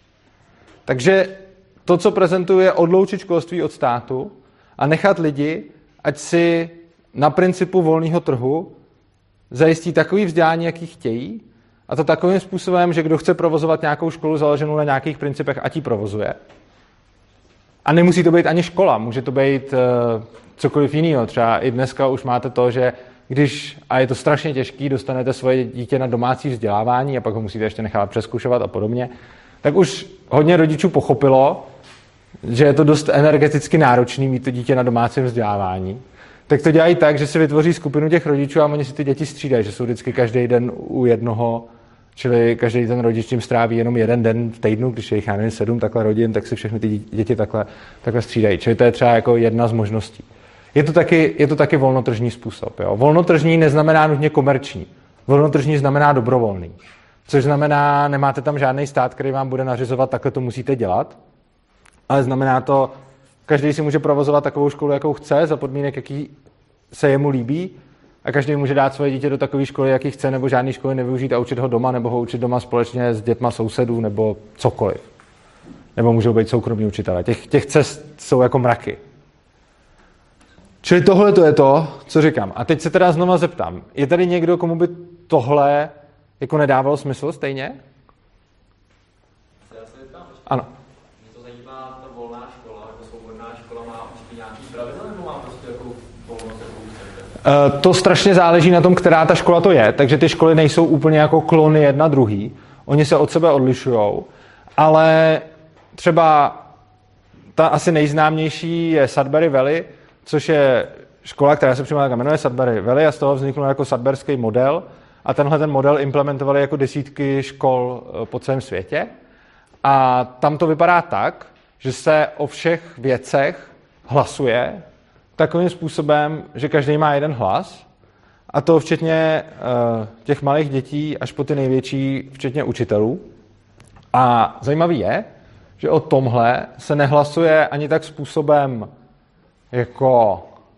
Takže to, co prezentuji, je odloučit školství od státu a nechat lidi, ať si na principu volného trhu zajistí takový vzdělání, jaký chtějí, A to takovým způsobem, že kdo chce provozovat nějakou školu založenou na nějakých principech, ať ji provozuje. A nemusí to být ani škola, může to být uh, cokoliv jiného. Třeba i dneska už máte to, že když, a je to strašně těžký, dostanete svoje dítě na domácí vzdělávání a pak ho musíte ještě nechat přezkušovat a podobně, tak už hodně rodičů pochopilo, že je to dost energeticky náročný mít to dítě na domácím vzdělávání. Tak to dělají tak, že si vytvoří skupinu těch rodičů a oni si ty děti střídají, že jsou vždycky každý den u jednoho, čili každý ten rodič tím stráví jenom jeden den v týdnu, když je jich, já nevím, sedm takhle rodin, tak si všechny ty děti takhle, takhle střídají. Čili to je třeba jako jedna z možností. Je to taky, je to taky volnotržní způsob. Jo? Volnotržní neznamená nutně komerční. Volnotržní znamená dobrovolný. Což znamená, nemáte tam žádný stát, který vám bude nařizovat, takhle to musíte dělat, ale znamená to, každý si může provozovat takovou školu, jakou chce, za podmínek, jaký se jemu líbí, a každý může dát svoje dítě do takové školy, jaký chce, nebo žádný školy nevyužít a učit ho doma, nebo ho učit doma společně s dětma sousedů, nebo cokoliv. Nebo můžou být soukromí učitelé. Těch, těch cest jsou jako mraky. Čili tohle to je to, co říkám. A teď se teda znova zeptám. Je tady někdo, komu by tohle jako nedávalo smysl stejně?
Já se zeptám,
ano.
Mě to zajímá, ta volná škola, jako svobodná škola má určitě nějaký pravidla, nebo má prostě jako volnost, jakou chcete?
To strašně záleží na tom, která ta škola to je, takže ty školy nejsou úplně jako klony jedna druhý. Oni se od sebe odlišujou, ale třeba ta asi nejznámější je Sudbury Valley, což je škola, která se přímo jmenuje Sudbury Valley a z toho vznikl jako sudburský model a tenhle ten model implementovali jako desítky škol po celém světě a tam to vypadá tak, že se o všech věcech hlasuje takovým způsobem, že každý má jeden hlas a to včetně uh, těch malých dětí až po ty největší, včetně učitelů. A zajímavý je, že o tomhle se nehlasuje ani tak způsobem jako,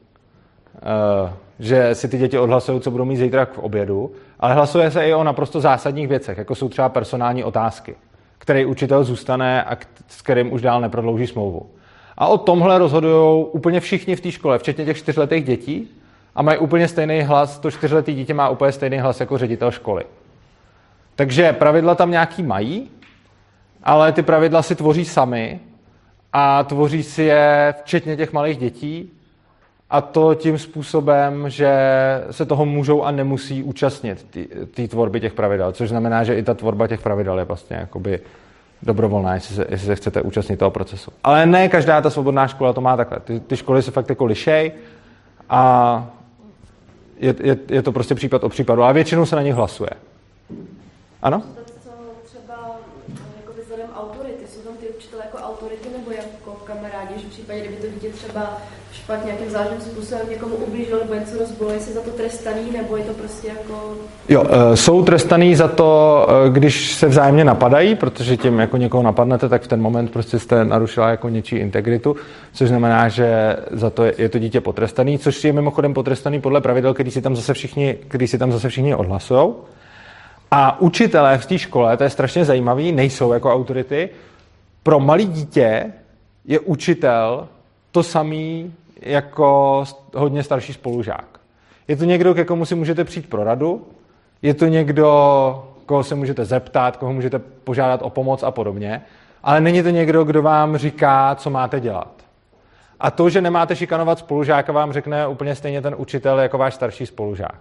uh, že si ty děti odhlasují, co budou mít zítra k obědu, ale hlasuje se i o naprosto zásadních věcech, jako jsou třeba personální otázky, který učitel zůstane a s kterým už dál neprodlouží smlouvu. A o tomhle rozhodují úplně všichni v té škole, včetně těch čtyřletých dětí, a mají úplně stejný hlas, to čtyřletý dítě má úplně stejný hlas jako ředitel školy. Takže pravidla tam nějaký mají, ale ty pravidla si tvoří sami a tvoří si je včetně těch malých dětí a to tím způsobem, že se toho můžou a nemusí účastnit té tvorby těch pravidel, což znamená, že i ta tvorba těch pravidel je vlastně jakoby dobrovolná, jestli se, jestli se chcete účastnit toho procesu. Ale ne každá ta svobodná škola to má takhle. Ty, ty školy se fakt jako lišej a je, je, je to prostě případ o případu, ale většinou se na nich hlasuje. Ano?
Třeba jako vzhledem autority, jsou tam ty učitelé jako autority nebo jako kamarádi, že v případě, kdyby to dítě třeba špatně nějakým záživým způsobem někomu ublížilo nebo něco rozbilo, jestli za to trestaný, nebo je to prostě jako...
Jo, jsou trestaný za to, když se vzájemně napadají, protože tím jako někoho napadnete, tak v ten moment prostě jste narušila jako něčí integritu, což znamená, že za to je to dítě potrestaný, což je mimochodem potrestaný podle pravidel, který si tam zase všichni, který si tam zase všichni odhlasujou. A učitelé v té škole, to je strašně zajímavý, nejsou jako autority. Pro malý dítě je učitel to samý jako hodně starší spolužák. Je to někdo, ke komu si můžete přijít pro radu, je to někdo, koho se můžete zeptat, koho můžete požádat o pomoc a podobně, ale není to někdo, kdo vám říká, co máte dělat. A to, že nemáte šikanovat spolužáka, vám řekne úplně stejně ten učitel jako váš starší spolužák.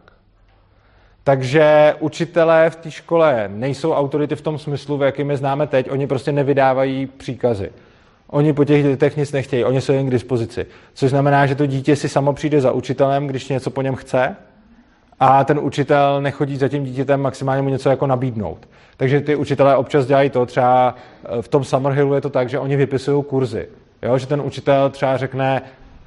Takže učitelé v té škole nejsou autority v tom smyslu, v jakým je známe teď, oni prostě nevydávají příkazy. Oni po těch dětech nic nechtějí, oni jsou jen k dispozici. Což znamená, že to dítě si samo přijde za učitelem, když něco po něm chce a ten učitel nechodí za tím dítětem maximálně mu něco jako nabídnout. Takže ty učitelé občas dělají to, třeba v tom Summerhillu je to tak, že oni vypisují kurzy. Jo? Že ten učitel třeba řekne,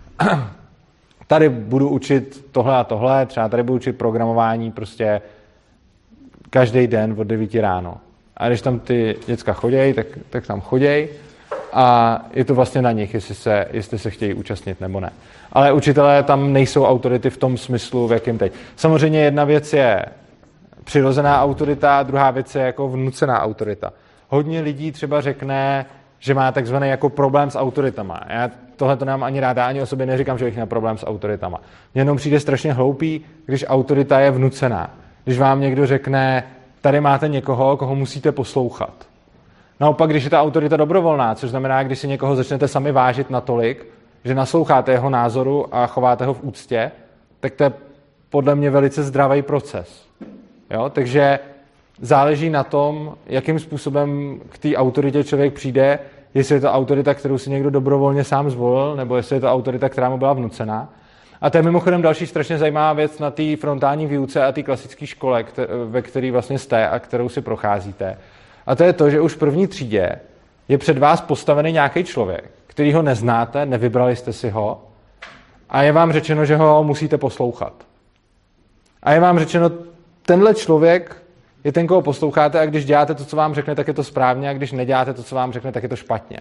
tady budu učit tohle a tohle, třeba tady budu učit programování prostě každý den od devíti ráno. A když tam ty děcka chodějí, tak, tak tam chodějí a je to vlastně na nich, jestli se, jestli se chtějí účastnit nebo ne. Ale učitelé tam nejsou autority v tom smyslu, v jakém teď. Samozřejmě jedna věc je přirozená autorita, druhá věc je jako vnucená autorita. Hodně lidí třeba řekne, že má takzvaný jako problém s autoritama. Já tohle to nemám ani ráda, ani o sobě neříkám, že bych měl problém s autoritama. Mně jenom přijde strašně hloupý, když autorita je vnucená. Když vám někdo řekne, tady máte někoho, koho musíte poslouchat. Naopak, když je ta autorita dobrovolná, což znamená, když si někoho začnete sami vážit natolik, že nasloucháte jeho názoru a chováte ho v úctě, tak to je podle mě velice zdravý proces. Jo? Takže záleží na tom, jakým způsobem k té autoritě člověk přijde, jestli je to autorita, kterou si někdo dobrovolně sám zvolil, nebo jestli je to autorita, která mu byla vnucená. A to je mimochodem další strašně zajímavá věc na té frontální výuce a té klasické škole, ve které vlastně jste a kterou si procházíte. A to je to, že už v první třídě je před vás postavený nějaký člověk, který ho neznáte, nevybrali jste si ho a je vám řečeno, že ho musíte poslouchat. A je vám řečeno, tenhle člověk je ten, koho posloucháte a když děláte to, co vám řekne, tak je to správně a když neděláte to, co vám řekne, tak je to špatně.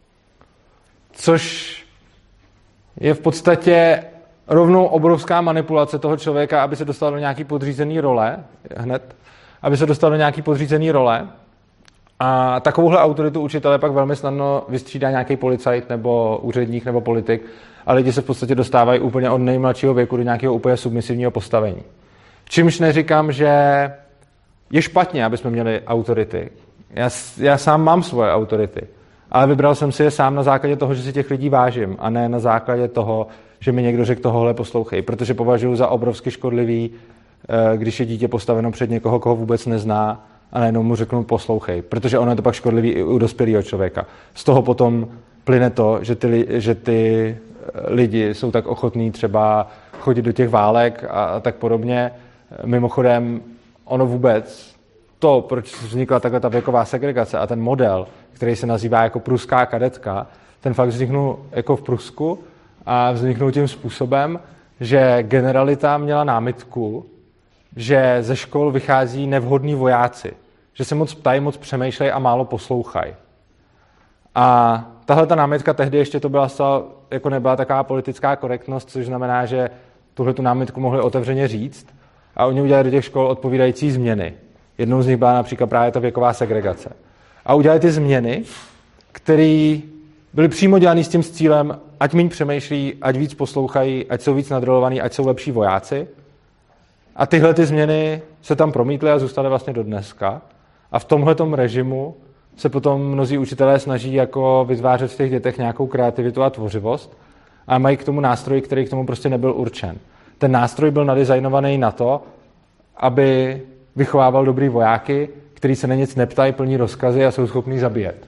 Což je v podstatě rovnou obrovská manipulace toho člověka, aby se dostal do nějaký podřízený role, hned, aby se dostal do nějaký podřízený role. A takovouhle autoritu učitele pak velmi snadno vystřídá nějaký policajt nebo úředník nebo politik a lidi se v podstatě dostávají úplně od nejmladšího věku do nějakého úplně submisivního postavení. Čímž neříkám, že je špatně, aby jsme měli autority. Já, já sám mám svoje autority, ale vybral jsem si je sám na základě toho, že si těch lidí vážím a ne na základě toho, že mi někdo řekl tohohle poslouchej, protože považuji za obrovsky škodlivý, když je dítě postaveno před někoho, koho vůbec nezná a najednou mu řeknu poslouchej, protože ono je to pak škodlivý i u dospělého člověka. Z toho potom plyne to, že ty, že ty lidi jsou tak ochotní třeba chodit do těch válek a tak podobně. Mimochodem, ono vůbec, to, proč vznikla takhle ta věková segregace a ten model, který se nazývá jako pruská kadetka, ten fakt vzniknul jako v Prusku a vzniknul tím způsobem, že generalita měla námitku, že ze škol vychází nevhodní vojáci, že se moc ptají, moc přemýšlejí a málo poslouchají. A tahle ta námitka tehdy ještě to byla zcela, jako nebyla taková politická korektnost, což znamená, že tuhle tu námitku mohli otevřeně říct a oni udělali do těch škol odpovídající změny. Jednou z nich byla například právě ta věková segregace. A udělali ty změny, které byly přímo dělané s tím s cílem, ať méně přemýšlí, ať víc poslouchají, ať jsou víc nadrolovaní, ať jsou lepší vojáci. A tyhle ty změny se tam promítly a zůstaly vlastně do dneska. A v tomhletom režimu se potom mnozí učitelé snaží jako vytvářet v těch dětech nějakou kreativitu a tvořivost a mají k tomu nástroj, který k tomu prostě nebyl určen. Ten nástroj byl nadizajnovaný na to, aby vychovával dobrý vojáky, který se na nic neptají, plní rozkazy a jsou schopní zabíjet.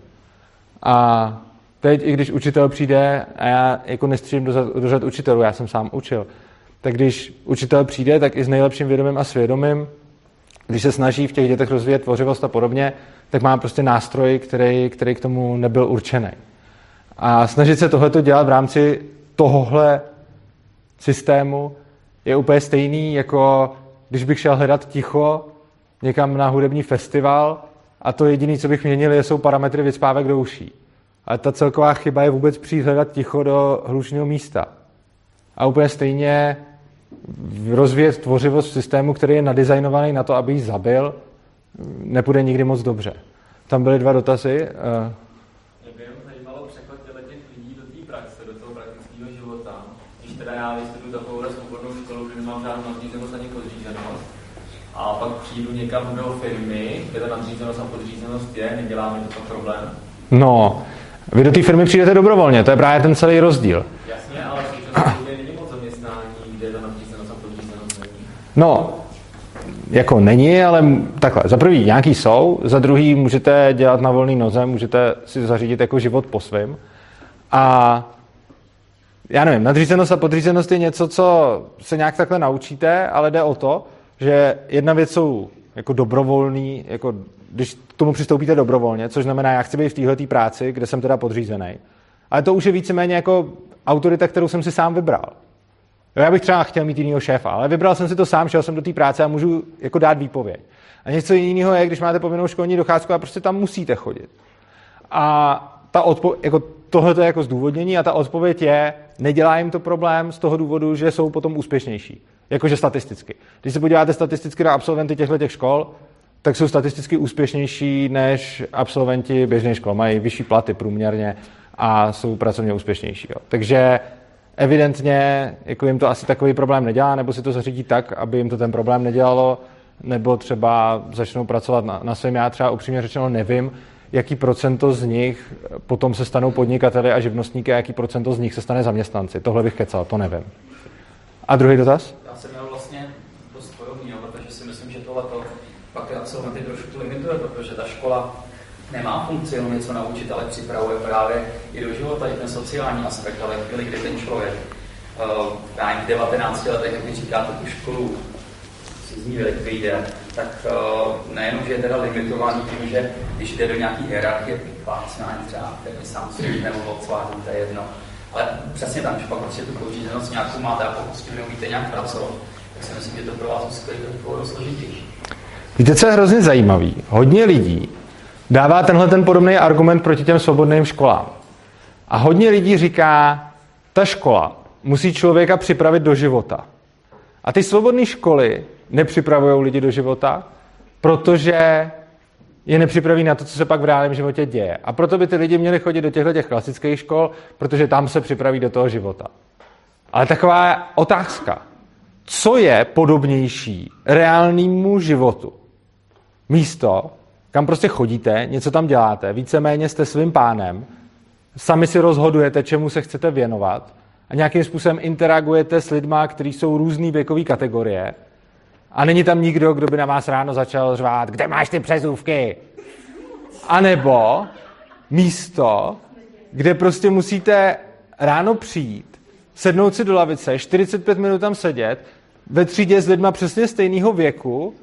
A teď, i když učitel přijde, a já jako nestřílím do, do řad učitelů, já jsem sám učil, tak když učitel přijde, tak i s nejlepším vědomím a svědomím, když se snaží v těch dětech rozvíjet tvořivost a podobně, tak má prostě nástroj, který, který k tomu nebyl určený. A snažit se tohleto dělat v rámci tohohle systému je úplně stejný, jako když bych šel hledat ticho někam na hudební festival a to jediné, co bych měnil, jsou parametry vycpávek do uší. Ale ta celková chyba je vůbec přijít hledat ticho do hlučného místa. A úplně stejně rozvíjet tvořivost v systému, který je nadizajnovaný na to, aby ji zabil, nepůjde nikdy moc dobře. Tam byly dva dotazy.
Mě by jenom zajímalo překlad těch lidí do té praxe, do toho praktického života. Když teda já vystuduju takovou svobodnou školu, kde nemám žádnou nadřízenost ani podřízenost, a pak přijdu někam do firmy, kde ta nadřízenost a podřízenost je, nedělá mi to problém.
No, vy do té firmy přijdete dobrovolně, to je právě ten celý rozdíl.
Jasně, ale v současné době není moc zaměstnání, kde ta nadřízenost a podřízenost není.
No, jako není, ale takhle. Za prvý nějaký jsou, za druhý můžete dělat na volný noze, můžete si zařídit jako život po svým. A já nevím, nadřízenost a podřízenost je něco, co se nějak takhle naučíte, ale jde o to, že jedna věc jsou jako dobrovolný, jako když k tomu přistoupíte dobrovolně, což znamená, já chci být v téhletý práci, kde jsem teda podřízený. Ale to už je víceméně jako autorita, kterou jsem si sám vybral. Já bych třeba chtěl mít jinýho šéfa, ale vybral jsem si to sám, šel jsem do té práce a můžu jako dát výpověď. A něco jiného je, když máte povinnou školní docházku a prostě tam musíte chodit. A ta odpo- jako tohle je jako zdůvodnění a ta odpověď je, nedělá jim to problém z toho důvodu, že jsou potom úspěšnější. Jakože statisticky. Když se podíváte statisticky na absolventy těchto škol, tak jsou statisticky úspěšnější než absolventi běžných škol. Mají vyšší platy průměrně a jsou pracovně úspěšnější. Jo. Takže evidentně jako jim to asi takový problém nedělá, nebo si to zařídí tak, aby jim to ten problém nedělalo. nebo třeba začnou pracovat na, na svém. Já třeba upřímně řečeno nevím, jaký procento z nich potom se stanou podnikateli a živnostníky a jaký procento z nich se stane zaměstnanci. Tohle bych kecal, to nevím. A druhý dotaz?
Já jsem měl vlastně dost podobný, protože si myslím, že tohleto pak absolventy trošku limituje, protože ta škola nemá funkci jenom něco naučit, ale připravuje právě i do života, i ten sociální aspekt, ale chvíli, kdy ten člověk uh, v devatenácti letech, jak mi říkáte, tu školu si z ní vyjde, tak uh, nejenom, že je teda limitovaný tím, že když jde do nějaký hierarchie, plácnání třeba, který sám si nebo odcvářů, to je jedno. Ale přesně tam, že pak prostě tu podřízenost nějakou máte a pokud s tím neumíte nějak pracovat, tak si myslím, že to pro vás musí být složitější.
Víte, co je hrozně zajímavý? Hodně lidí dává tenhle ten podobný argument proti těm svobodným školám. A hodně lidí říká, ta škola musí člověka připravit do života. A ty svobodné školy nepřipravují lidi do života, protože je nepřipraví na to, co se pak v reálném životě děje. A proto by ty lidi měli chodit do těchto těch klasických škol, protože tam se připraví do toho života. Ale taková je otázka. Co je podobnější reálnému životu? Místo, kam prostě chodíte, něco tam děláte, víceméně jste svým pánem, sami si rozhodujete, čemu se chcete věnovat a nějakým způsobem interagujete s lidma, kteří jsou různý věkové kategorie a není tam nikdo, kdo by na vás ráno začal řvát, kde máš ty přezůvky? A nebo místo, kde prostě musíte ráno přijít, sednout si do lavice, čtyřicet pět minut tam sedět, ve třídě s lidma přesně stejného věku,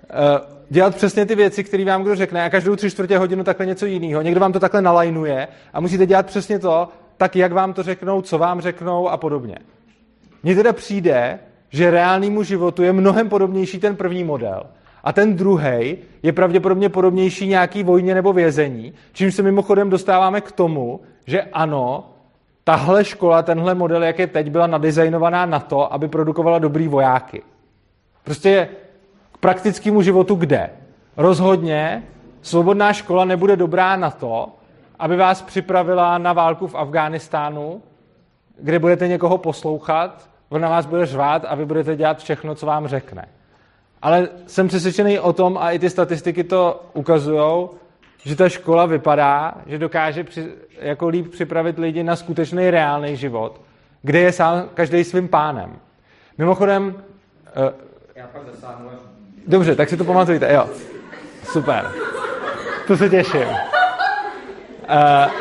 dělat přesně ty věci, které vám kdo řekne a každou tři čtvrtě hodinu takhle něco jiného. Někdo vám to takhle nalajnuje a musíte dělat přesně to, tak jak vám to řeknou, co vám řeknou a podobně. Mně teda přijde, že reálnému životu je mnohem podobnější ten první model a ten druhý je pravděpodobně podobnější nějaký vojně nebo vězení, čímž se mimochodem dostáváme k tomu, že ano, tahle škola, tenhle model, jak je teď, byla nadizajnovaná na to, aby produkovala dobrý vojáky. Prostě k praktickému životu kde? Rozhodně svobodná škola nebude dobrá na to, aby vás připravila na válku v Afghánistánu, kde budete někoho poslouchat, on na vás bude řvát a vy budete dělat všechno, co vám řekne. Ale jsem přesvědčený o tom, a i ty statistiky to ukazujou, že ta škola vypadá, že dokáže při, jako líp připravit lidi na skutečný reálný život, kde je sám každý svým pánem. Mimochodem... Uh,
Já pak zasáhnu.
Dobře, tak si to pamatujte, jo. Super. To se těším. Uh,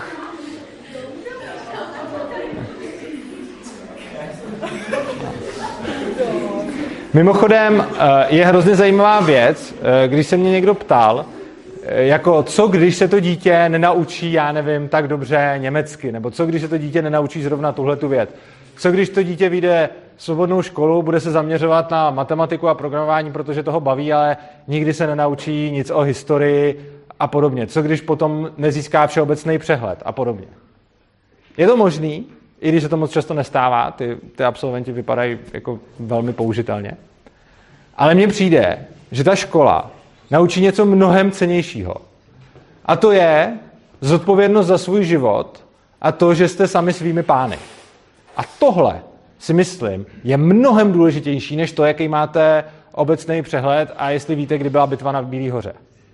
Mimochodem je hrozně zajímavá věc, když se mě někdo ptal, jako co když se to dítě nenaučí, já nevím, tak dobře německy, nebo co když se to dítě nenaučí zrovna tuhletu věc. Co když to dítě vyjde svobodnou školu, bude se zaměřovat na matematiku a programování, protože toho baví, ale nikdy se nenaučí nic o historii a podobně. Co když potom nezíská všeobecný přehled a podobně. Je to možný, i když se to moc často nestává, ty, ty absolventi vypadají jako velmi použitelně. Ale mně přijde, že ta škola naučí něco mnohem cennějšího. A to je zodpovědnost za svůj život a to, že jste sami svými pány. A tohle si myslím je mnohem důležitější, než to, jaký máte obecný přehled a jestli víte, kdy byla bitva na Bílý hoře.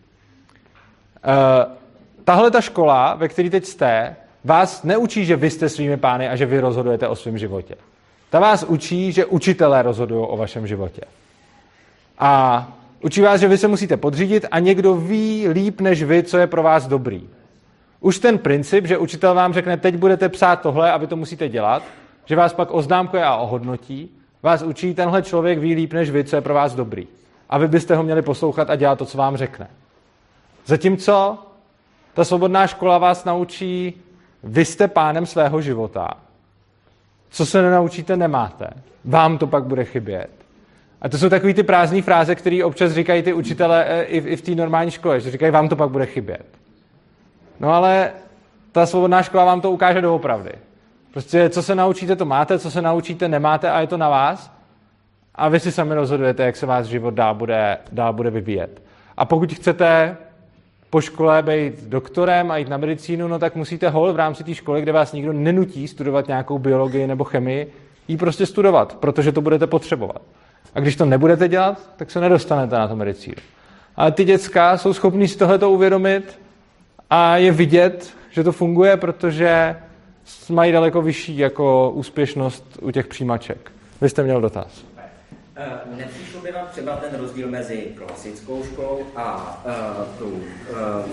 Uh, tahle ta škola, ve které teď jste, vás neučí, že vy jste svými pány a že vy rozhodujete o svém životě. Ta vás učí, že učitelé rozhodují o vašem životě. A učí vás, že vy se musíte podřídit a někdo ví líp než vy, co je pro vás dobrý. Už ten princip, že učitel vám řekne, teď budete psát tohle a vy to musíte dělat, že vás pak oznámkuje a ohodnotí, vás učí, tenhle člověk ví líp než vy, co je pro vás dobrý. A vy byste ho měli poslouchat a dělat to, co vám řekne. Zatímco ta svobodná škola vás naučí, vy jste pánem svého života. Co se nenaučíte, nemáte. Vám to pak bude chybět. A to jsou takový ty prázdné fráze, které občas říkají ty učitele i v, i v té normální škole, že říkají, vám to pak bude chybět. No ale ta svobodná škola vám to ukáže doopravdy. Prostě co se naučíte, to máte, co se naučíte, nemáte a je to na vás. A vy si sami rozhodujete, jak se vás život dál bude, dál bude vyvíjet. A pokud chcete po škole být doktorem a jít na medicínu, no tak musíte hol v rámci té školy, kde vás nikdo nenutí studovat nějakou biologii nebo chemii, jí prostě studovat, protože to budete potřebovat. A když to nebudete dělat, tak se nedostanete na to medicínu. Ale ty děcka jsou schopní si tohleto uvědomit a je vidět, že to funguje, protože mají daleko vyšší jako úspěšnost u těch přijímaček. Vy jste měl dotaz.
Nepřišlo by vám třeba ten rozdíl mezi klasickou školou a uh, tou, uh,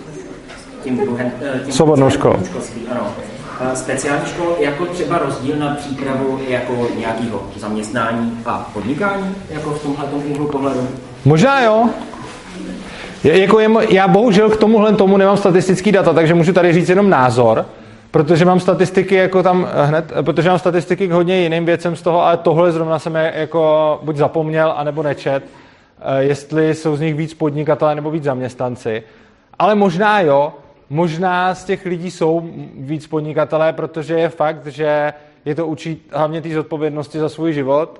tím druhém, uh, tím
svobodnou školou?
Ano. Uh, speciální školou jako třeba rozdíl na přípravu jako nějakého zaměstnání a podnikání, jako v tomhletom úhlu pohledu?
Možná jo. Je, jako je, já bohužel k tomuhle tomu nemám statistický data, takže můžu tady říct jenom názor, protože mám statistiky jako tam hned, protože mám statistiky k hodně jiným věcem z toho, ale tohle zrovna jsem jako buď zapomněl, anebo nečet, jestli jsou z nich víc podnikatelé nebo víc zaměstnanci. Ale možná jo, možná z těch lidí jsou víc podnikatelé, protože je fakt, že je to učí hlavně té zodpovědnosti za svůj život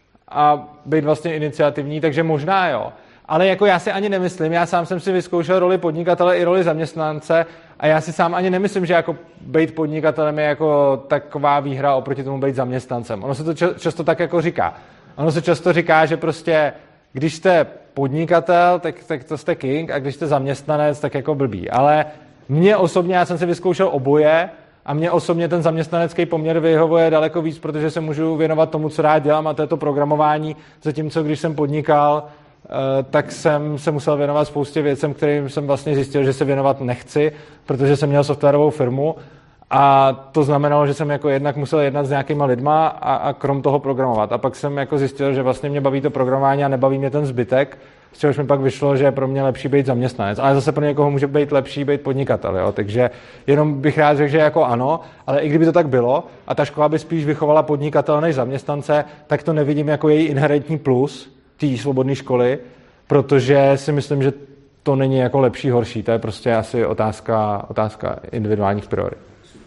a být vlastně iniciativní, takže možná jo. Ale jako já si ani nemyslím, já sám jsem si vyzkoušel roli podnikatele i roli zaměstnance a já si sám ani nemyslím, že jako být podnikatelem je jako taková výhra oproti tomu být zaměstnancem. Ono se to často tak jako říká. Ono se často říká, že prostě když jste podnikatel, tak, tak to jste king a když jste zaměstnanec, tak jako blbý. Ale mně osobně, já jsem si vyzkoušel oboje a mně osobně ten zaměstnanecký poměr vyhovuje daleko víc, protože se můžu věnovat tomu, co rád dělám, a to je to programování, zatímco když jsem podnikal, tak jsem se musel věnovat spoustě věcem, kterým jsem vlastně zjistil, že se věnovat nechci, protože jsem měl softwarovou firmu a to znamenalo, že jsem jako jednak musel jednat s nějakýma lidma a, a krom toho programovat. A pak jsem jako zjistil, že vlastně mě baví to programování a nebaví mě ten zbytek, z čehož mi pak vyšlo, že je pro mě lepší být zaměstnanec. Ale zase pro někoho může být lepší být podnikatel, jo? Takže jenom bych rád řekl, že jako ano, ale i kdyby to tak bylo a ta škola by spíš vychovala podnikatele než zaměstnance, tak to nevidím jako její inherentní plus té svobodné školy, protože si myslím, že to není jako lepší, horší. To je prostě asi otázka, otázka individuálních priorit.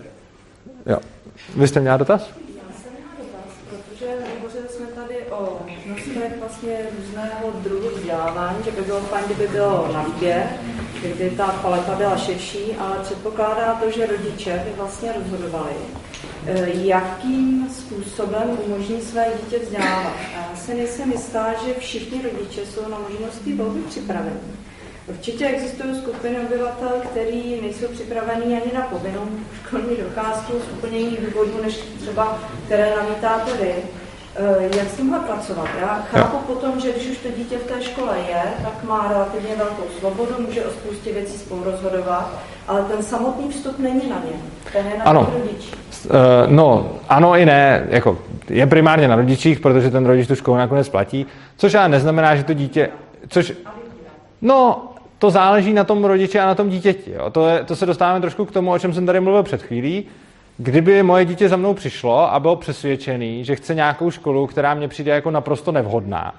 Jo. Vy jste měla dotaz?
Já jsem měla dotaz, protože hovořili jsme tady o možnostech vlastně různého druhu vzdělávání, že by bylo fajn, kdyby bylo na výběr, kdy ta paleta byla širší, ale předpokládá to, že rodiče by vlastně rozhodovali, jakým způsobem umožní své dítě vzdělávat. Já si nejsem jistá, že všichni rodiče jsou na možnosti volby připraveni. Určitě existují skupiny obyvatel, kteří nejsou připravení ani na povinnou školní docházku z úplně jiných důvodů, než třeba které namítáte vy. Jak s tímhle pracovat? Já chápu potom, že když už to dítě v té škole je, tak má relativně velkou svobodu, může o spoustě věcí spolu rozhodovat, ale ten samotný vstup není na ně. Ten je na
ano.
rodiči.
Uh, no, ano i ne. Jako, je primárně na rodičích, protože ten rodič tu školu nakonec platí, což ale neznamená, že to dítě... Což, no, to záleží na tom rodiči a na tom dítěti. Jo. To, je, to se dostáváme trošku k tomu, o čem jsem tady mluvil před chvílí. Kdyby moje dítě za mnou přišlo a bylo přesvědčený, že chce nějakou školu, která mně přijde jako naprosto nevhodná,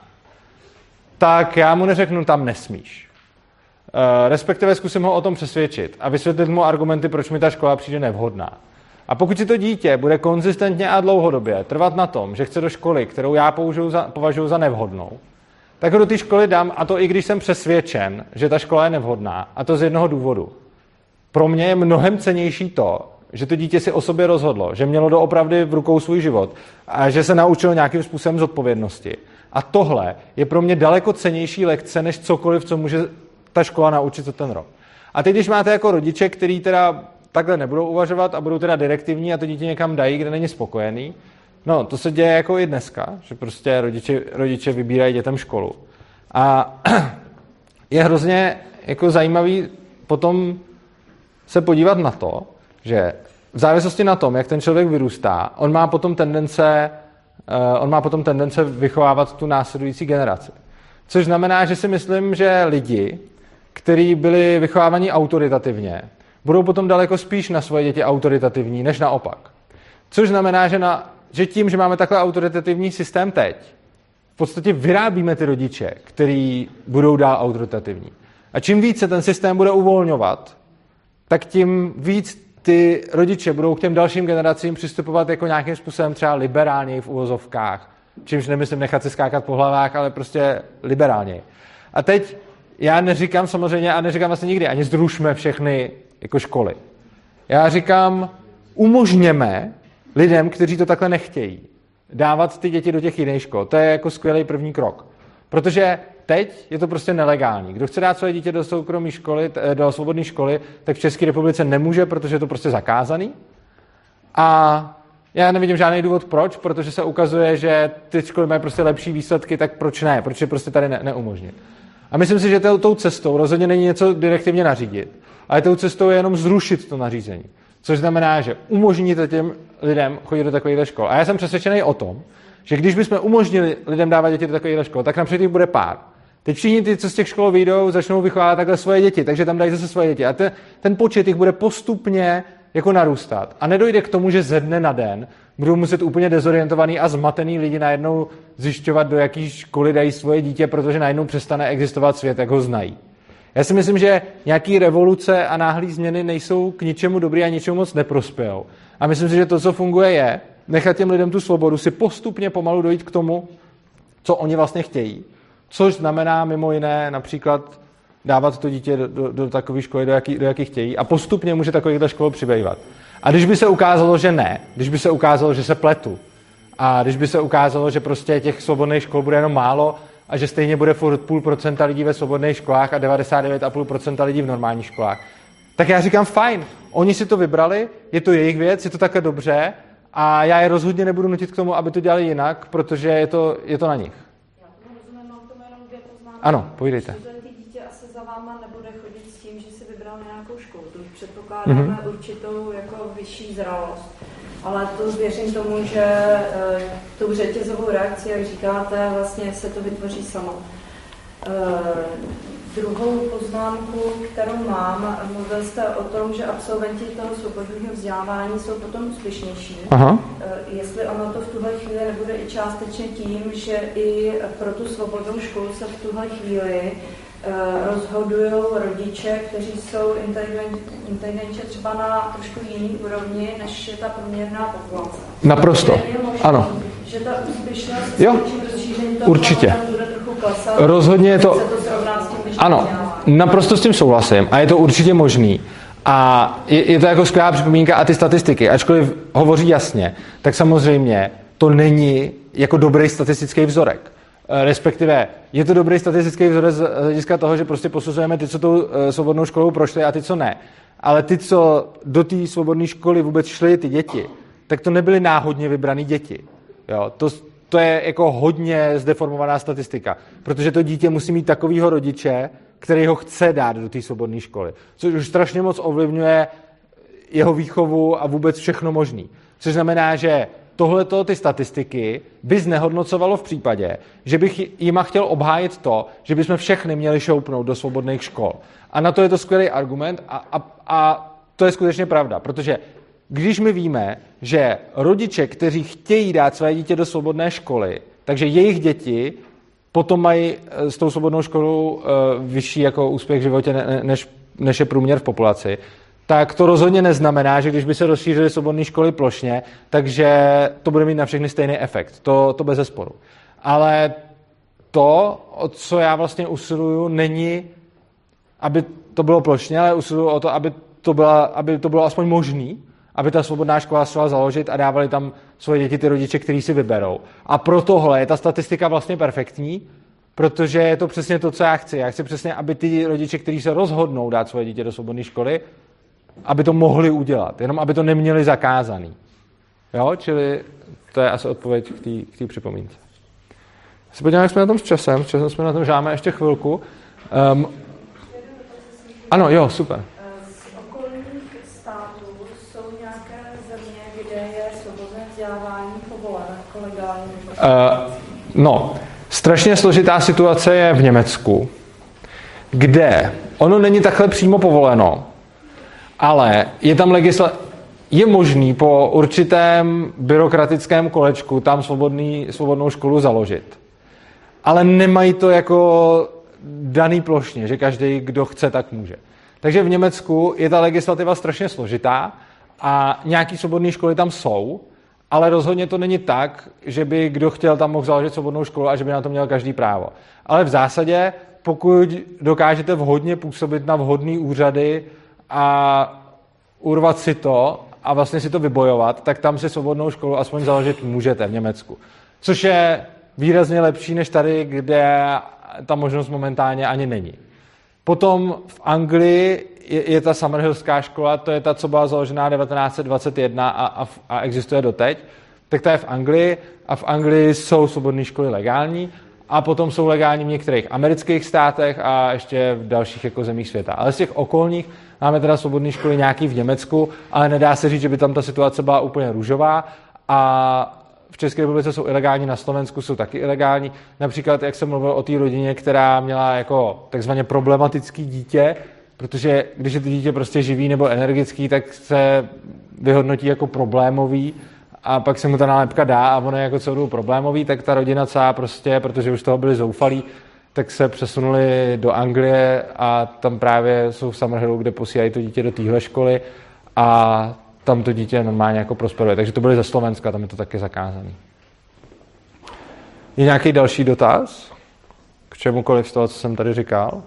tak já mu neřeknu, tam nesmíš. E, respektive zkusím ho o tom přesvědčit a vysvětlit mu argumenty, proč mi ta škola přijde nevhodná. A pokud si to dítě bude konzistentně a dlouhodobě trvat na tom, že chce do školy, kterou já za, považuji za nevhodnou, tak ho do té školy dám, a to i když jsem přesvědčen, že ta škola je nevhodná, a to z jednoho důvodu. Pro mě je mnohem cennější to, že to dítě si o sobě rozhodlo, že mělo doopravdy v rukou svůj život a že se naučilo nějakým způsobem zodpovědnosti. A tohle je pro mě daleko cennější lekce, než cokoliv, co může ta škola naučit za ten rok. A teď, když máte jako rodiče, který teda takhle nebudou uvažovat a budou teda direktivní a to dítě někam dají, kde není spokojený, no to se děje jako i dneska, že prostě rodiče, rodiče vybírají dětem školu. A je hrozně jako zajímavý potom se podívat na to, že v závislosti na tom, jak ten člověk vyrůstá, on má potom tendence, uh, on má potom tendence vychovávat tu následující generaci. Což znamená, že si myslím, že lidi, kteří byli vychovávaní autoritativně, budou potom daleko spíš na svoje děti autoritativní, než naopak. Což znamená, že, na, že tím, že máme takhle autoritativní systém teď, v podstatě vyrábíme ty rodiče, kteří budou dál autoritativní. A čím víc se ten systém bude uvolňovat, tak tím víc ty rodiče budou k těm dalším generacím přistupovat jako nějakým způsobem třeba liberálněji v uvozovkách. Čímž nemyslím nechat se skákat po hlavách, ale prostě liberálněji. A teď já neříkám samozřejmě, a neříkám vlastně nikdy, ani zrušme všechny jako školy. Já říkám, umožněme lidem, kteří to takhle nechtějí, dávat ty děti do těch jiných škol. To je jako skvělý první krok. Protože teď je to prostě nelegální. Kdo chce dát své dítě do soukromé školy, do svobodné školy, tak v České republice nemůže, protože je to prostě zakázaný. A já nevidím žádný důvod proč, protože se ukazuje, že ty školy mají prostě lepší výsledky, tak proč ne? Proč je prostě tady ne- neumožnit? A myslím si, že tou cestou rozhodně není něco direktivně nařídit, ale tou cestou je jenom zrušit to nařízení. Což znamená, že umožníte těm lidem chodit do takovýchto škol. A já jsem přesvědčený o tom, že když bychom umožnili lidem dávat děti do takovýchto škol, tak například jich bude pár. Teď všichni ty, co z těch škol vyjdou, začnou vychovávat takhle svoje děti, takže tam dají zase svoje děti. A ten, ten počet jich bude postupně jako narůstat. A nedojde k tomu, že ze dne na den budou muset úplně dezorientovaný a zmatený lidi najednou zjišťovat, do jaký školy dají svoje dítě, protože najednou přestane existovat svět, jak ho znají. Já si myslím, že nějaký revoluce a náhlý změny nejsou k ničemu dobrý a ničemu moc neprospějou. A myslím si, že to, co funguje, je nechat těm lidem tu svobodu si postupně pomalu dojít k tomu, co oni vlastně chtějí. Což znamená mimo jiné například dávat to dítě do, do, do takové školy, do jaký, do jaký chtějí, a postupně může takovýchto škol přibývat. A když by se ukázalo, že ne, když by se ukázalo, že se pletu, a když by se ukázalo, že prostě těch svobodných škol bude jenom málo a že stejně bude furt půl procenta lidí ve svobodných školách a devadesát devět celá pět procenta lidí v normálních školách, tak já říkám fajn, oni si to vybrali, je to jejich věc, je to takhle dobře a já je rozhodně nebudu nutit k tomu, aby to dělali jinak, protože je to, je to na nich.
Já tomu rozumím, mám tomu jenom dvě poznámky.
Ano, povídejte.
Dítě asi za váma nebude chodit s tím, že si vybral nějakou školu. To už předpokládáme mm-hmm. určitou jako vyšší zralost. Ale to věřím tomu, že e, tou řetězovou reakci, jak říkáte, vlastně se to vytvoří samo. E, druhou poznámku, kterou mám, mluvil jste o tom, že absolventi toho svobodného vzdělávání jsou potom úspěšnější. Aha. E, jestli ono to v tuhle chvíli nebude i částečně tím, že i pro tu svobodnou školu se v tuhle chvíli rozhodují rodiče, kteří jsou inteligentně třeba na trošku jiný úrovni, než je ta průměrná populace.
Naprosto, možný, ano.
Že ta úspěšnost
jo, určitě.
Bude trochu klesat,
rozhodně je to,
se to srovná s tím,
ano, naprosto s tím souhlasím a je to určitě možný. A je, je to jako skvělá připomínka a ty statistiky, ačkoliv hovoří jasně, tak samozřejmě to není jako dobrý statistický vzorek. Respektive je to dobrý statistický vzorec z hlediska toho, že prostě posuzujeme ty, co tou svobodnou školou prošly a ty, co ne. Ale ty, co do té svobodné školy vůbec šly, ty děti, tak to nebyly náhodně vybrané děti. Jo, to, to je jako hodně zdeformovaná statistika, protože to dítě musí mít takovýho rodiče, který ho chce dát do té svobodné školy. Což už strašně moc ovlivňuje jeho výchovu a vůbec všechno možný. Což znamená, že tohleto, ty statistiky, by znehodnocovalo v případě, že bych jima chtěl obhájit to, že bychom všechny měli šoupnout do svobodných škol. A na to je to skvělý argument a, a, a to je skutečně pravda, protože když my víme, že rodiče, kteří chtějí dát své dítě do svobodné školy, takže jejich děti potom mají s tou svobodnou školou vyšší jako úspěch v životě, než, než je průměr v populaci, tak to rozhodně neznamená, že když by se rozšířily svobodné školy plošně, takže to bude mít na všechny stejný efekt. To, to bezesporu. Ale to, o co já vlastně usiluju, není, aby to bylo plošně, ale usiluju o to, aby to, byla, aby to bylo aspoň možný, aby ta svobodná škola se šla založit a dávali tam svoje děti ty rodiče, který si vyberou. A pro tohle je ta statistika vlastně perfektní, protože je to přesně to, co já chci. Já chci přesně, aby ty rodiče, kteří se rozhodnou dát svoje dítě do svobodné školy, aby to mohli udělat, jenom aby to neměli zakázaný. Jo, čili to je asi odpověď k té připomínce. Se podíváme, jak jsme na tom s časem. S časem jsme na tom žáme ještě chvilku. Um, ano, jo, super.
Z okolních států jsou nějaké země, kde je svobodné vzdělávání povolené jako legální?
Uh, no, strašně složitá situace je v Německu, kde ono není takhle přímo povoleno, ale je tam legisla... je možný po určitém byrokratickém kolečku tam svobodný, svobodnou školu založit. Ale nemají to jako daný plošně, že každý, kdo chce, tak může. Takže v Německu je ta legislativa strašně složitá a nějaký svobodné školy tam jsou, ale rozhodně to není tak, že by kdo chtěl tam mohl založit svobodnou školu a že by na to měl každý právo. Ale v zásadě, pokud dokážete vhodně působit na vhodné úřady a urvat si to a vlastně si to vybojovat, tak tam si svobodnou školu aspoň založit můžete v Německu. Což je výrazně lepší než tady, kde ta možnost momentálně ani není. Potom v Anglii je, je ta Summerhillská škola, to je ta, co byla založená devatenáct set dvacet jedna a, a, a existuje doteď. Tak ta je v Anglii a v Anglii jsou svobodné školy legální a potom jsou legální v některých amerických státech a ještě v dalších jako zemích světa. Ale z těch okolních máme teda svobodné školy nějaký v Německu, ale nedá se říct, že by tam ta situace byla úplně růžová a v České republice jsou ilegální, na Slovensku jsou taky ilegální. Například, jak jsem mluvil o té rodině, která měla jako takzvaně problematický dítě, protože když je to dítě prostě živý nebo energický, tak se vyhodnotí jako problémový a pak se mu ta nálepka dá a ono je jako celou dobu problémový, tak ta rodina celá prostě, protože už toho byli zoufalí, tak se přesunuli do Anglie a tam právě jsou v Summerhillu, kde posílají to dítě do téhle školy a tam to dítě normálně jako prosperuje. Takže to byly ze Slovenska, tam je to taky zakázané. Je nějaký další dotaz? K čemukoliv z toho, co jsem tady říkal?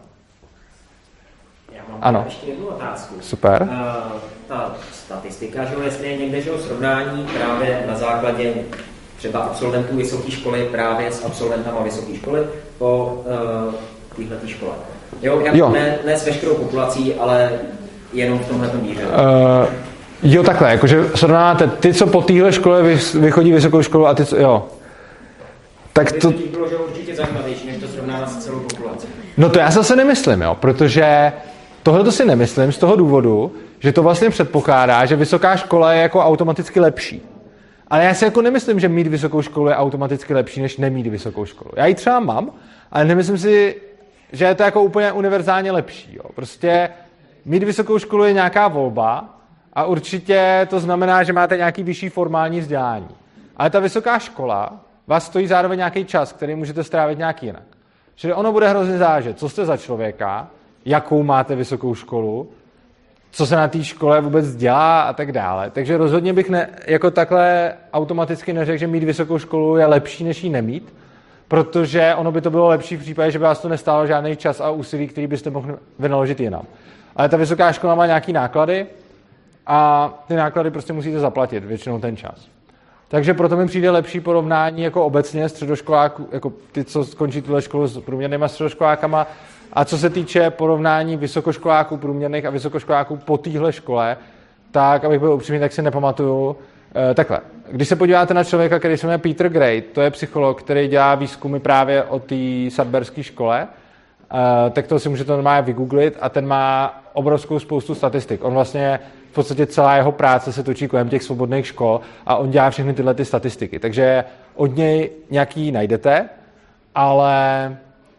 Já mám
ano.
ještě jednu otázku.
Super.
Uh, ta statistika, že jestli je někde že srovnání právě na základě třeba absolventů vysoké školy právě s absolventama vysoké školy po uh, téhletý škole. Jo, jak jo. Ne, ne s veškerou populací, ale jenom v tomhletom míře. Uh,
jo, takhle, jakože srovnáte ty, co po téhle škole vychodí vysokou školu a ty, co, jo. Tak to...
to bylo, že určitě zajímavější, než to srovnávat s celou populací.
No to já zase nemyslím, jo, protože tohle to si nemyslím z toho důvodu, že to vlastně předpokládá, že vysoká škola je jako automaticky lepší. Ale já si jako nemyslím, že mít vysokou školu je automaticky lepší, než nemít vysokou školu. Já ji třeba mám, ale nemyslím si, že je to jako úplně univerzálně lepší. Jo. Prostě mít vysokou školu je nějaká volba a určitě to znamená, že máte nějaký vyšší formální vzdělání. Ale ta vysoká škola vás stojí zároveň nějaký čas, který můžete strávit nějak jinak. Čili ono bude hrozně záležet, co jste za člověka, jakou máte vysokou školu, co se na té škole vůbec dělá a tak dále. Takže rozhodně bych ne, jako takhle automaticky neřekl, že mít vysokou školu je lepší, než ji nemít, protože ono by to bylo lepší v případě, že by vás to nestálo žádný čas a úsilí, který byste mohli vynaložit jinam. Ale ta vysoká škola má nějaký náklady a ty náklady prostě musíte zaplatit většinou ten čas. Takže proto mi přijde lepší porovnání jako obecně středoškoláků, jako ty, co skončí tuhle školu s průměrnýma středoškolákama. A co se týče porovnání vysokoškoláků průměrných a vysokoškoláků po téhle škole, tak, abych byl upřímný, tak si nepamatuju. E, takhle, když se podíváte na člověka, který se jmenuje Peter Gray, to je psycholog, který dělá výzkumy právě o té Sudburyské škole, e, tak to si můžete normálně vygooglit a ten má obrovskou spoustu statistik. On vlastně v podstatě celá jeho práce se točí kolem těch svobodných škol a on dělá všechny tyhle ty statistiky. Takže od něj nějaký najdete, ale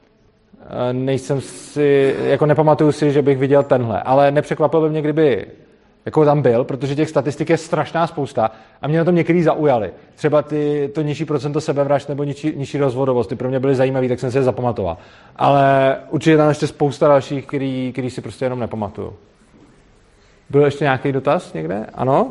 nejsem si, jako nepamatuju si, že bych viděl tenhle, ale nepřekvapil by mě, kdyby jako tam byl, protože těch statistik je strašná spousta a mě na tom některý zaujali. Třeba ty, to nižší procento sebevražd nebo nižší, nižší rozvodovost, ty pro mě byly zajímavý, tak jsem si je zapamatoval. Ale určitě tam ještě spousta dalších, který, který si prostě jenom nepamatuju. Byl ještě nějaký dotaz někde? Ano?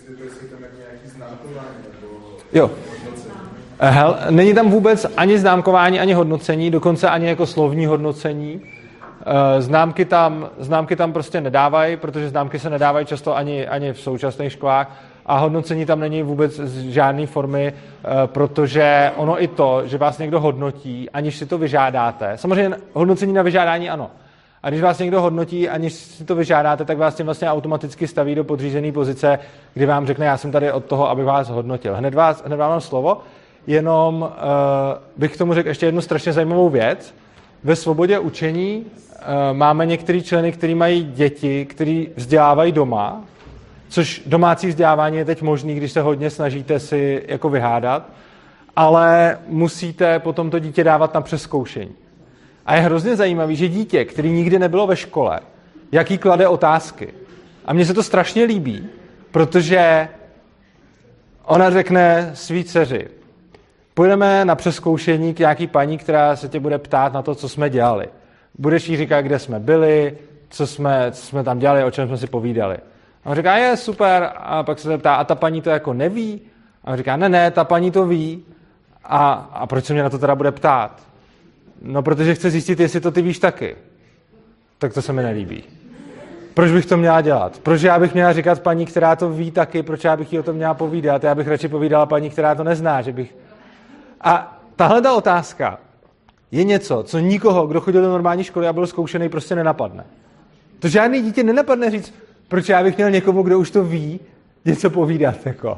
Jo. Hel, není tam vůbec ani známkování, ani hodnocení, dokonce ani jako slovní hodnocení. Známky tam, známky tam prostě nedávají, protože známky se nedávají často ani, ani v současných školách a hodnocení tam není vůbec z žádné formy, protože ono i to, že vás někdo hodnotí, aniž si to vyžádáte. Samozřejmě hodnocení na vyžádání ano. A když vás někdo hodnotí, aniž si to vyžádáte, tak vás tím vlastně automaticky staví do podřízené pozice, kdy vám řekne, já jsem tady od toho, aby vás hodnotil. Hned, vás, hned vám dám slovo. Jenom uh, bych k tomu řekl ještě jednu strašně zajímavou věc. Ve svobodě učení uh, máme některý členy, kteří mají děti, kteří vzdělávají doma, což domácí vzdělávání je teď možný, když se hodně snažíte si jako vyhádat, ale musíte potom to dítě dávat na přezkoušení. A je hrozně zajímavý, že dítě, který nikdy nebylo ve škole, jaký klade otázky. A mně se to strašně líbí, protože ona řekne svý dceři, půjdeme na přezkoušení k nějaký paní, která se tě bude ptát na to, co jsme dělali. Budeš jí říkat, kde jsme byli, co jsme, co jsme tam dělali, o čem jsme si povídali. A on říká, je super, a pak se zeptá, a ta paní to jako neví? A on říká, ne, ne, ta paní to ví. A, a proč se mě na to teda bude ptát? No, protože chce zjistit, jestli to ty víš taky. Tak to se mi nelíbí. Proč bych to měla dělat? Proč já bych měla říkat paní, která to ví taky, proč já bych jí o tom měla povídat? Já bych radši povídala paní, která to nezná, že bych... A tahle ta otázka je něco, co nikoho, kdo chodil do normální školy a byl zkoušený, prostě nenapadne. To žádný dítě nenapadne říct, proč já bych měl někomu, kdo už to ví, něco povídat, jako.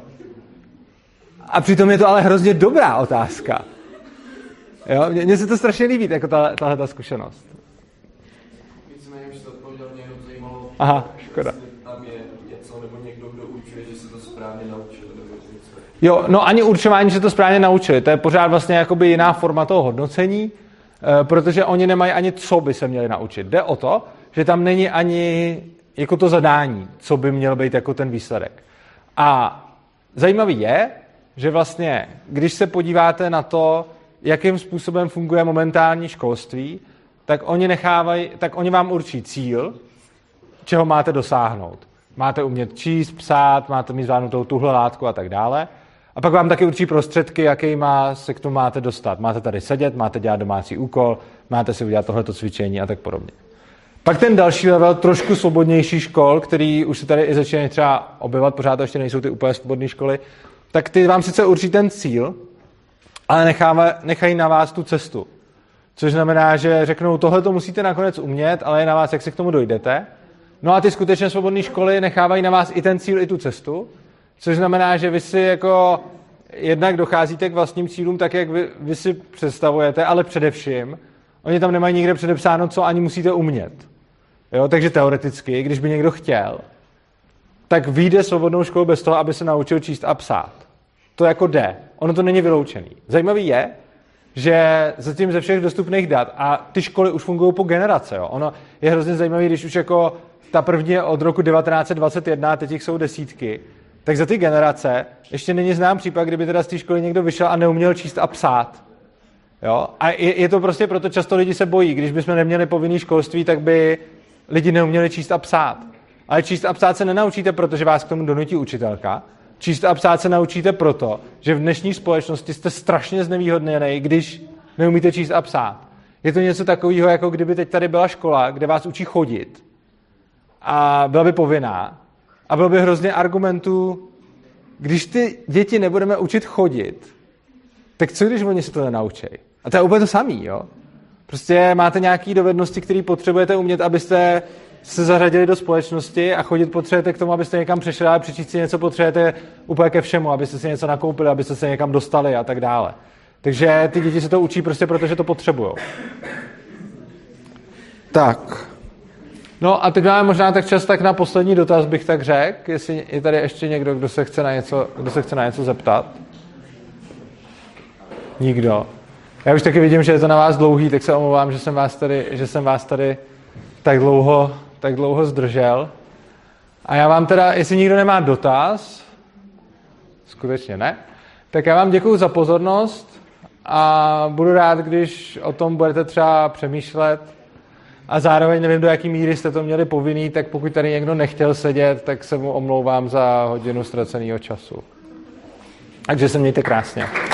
A přitom je to ale hrozně dobrá otázka. Jo? Mně se to strašně líbí, jako tahle ta zkušenost.
Nicméně, že to odpověděl, mě jenom zajímalo,
Aha, škoda.
Tam je něco, nebo někdo, kdo určuje, že se to správně naučil, nebo něco.
Jo, no ani určování, že to správně naučili. To je pořád vlastně jakoby jiná forma toho hodnocení, protože oni nemají ani co by se měli naučit. Jde o to, že tam není ani jako to zadání, co by měl být jako ten výsledek. A zajímavý je, že vlastně, když se podíváte na to, jakým způsobem funguje momentální školství, tak oni nechávají, tak oni vám určí cíl, čeho máte dosáhnout. Máte umět číst, psát, máte mít zvládnutou tuhle látku a tak dále. A pak vám taky určí prostředky, jakýma se k tomu máte dostat. Máte tady sedět, máte dělat domácí úkol, máte si udělat tohleto cvičení a tak podobně. Pak ten další level, trošku svobodnější škol, který už se tady i začínají třeba objevovat, pořád to ještě nejsou ty úplně svobodné školy, tak ty vám sice určí ten cíl, ale nechávají, nechají na vás tu cestu. Což znamená, že řeknou, tohle to musíte nakonec umět, ale je na vás, jak se k tomu dojdete. No a ty skutečně svobodné školy nechávají na vás i ten cíl, i tu cestu, což znamená, že vy si jako jednak docházíte k vlastním cílům tak, jak vy, vy si představujete, ale především oni tam nemají nikde předepsáno, co ani musíte umět. Jo? Takže teoreticky, když by někdo chtěl, tak vyjde svobodnou školu bez toho, aby se naučil číst a psát. To jako jde. Ono to není vyloučený. Zajímavý je, že zatím ze všech dostupných dat, a ty školy už fungují po generace, jo? Ono je hrozně zajímavý, když už jako ta první je od roku devatenáct set dvacet jedna, teď jich jsou desítky, tak za ty generace ještě není znám případ, kdyby teda z té školy někdo vyšel a neuměl číst a psát. Jo? A je, je to prostě proto, často lidi se bojí. Když bychom neměli povinné školství, tak by lidi neuměli číst a psát. Ale číst a psát se nenaučíte, protože vás k tomu donutí učitelka. Číst a psát se naučíte proto, že v dnešní společnosti jste strašně znevýhodněný, když neumíte číst a psát. Je to něco takového, jako kdyby teď tady byla škola, kde vás učí chodit a byla by povinná a bylo by hrozně argumentů, když ty děti nebudeme učit chodit, tak co když oni se to nenaučí? A to je úplně to samý, jo? Prostě máte nějaké dovednosti, které potřebujete umět, abyste se zařadili do společnosti, a chodit potřebujete k tomu, abyste někam přešli, ale přečíst si něco potřebujete úplně ke všemu, abyste si něco nakoupili, abyste se někam dostali a tak dále. Takže ty děti se to učí prostě proto, že to potřebují. Tak. No a teď máme možná tak čas, tak na poslední dotaz bych tak řekl, jestli je tady ještě někdo, kdo se chce na něco, kdo se chce na něco zeptat. Nikdo. Já už taky vidím, že je to na vás dlouhý, tak se omlouvám, že jsem vás tady, že jsem vás tady tak dlouho, tak dlouho zdržel. A já vám teda, jestli nikdo nemá dotaz, skutečně ne, tak já vám děkuju za pozornost a budu rád, když o tom budete třeba přemýšlet a zároveň nevím, do jaký míry jste to měli povinný, tak pokud tady někdo nechtěl sedět, tak se mu omlouvám za hodinu ztraceného času. Takže se mějte krásně.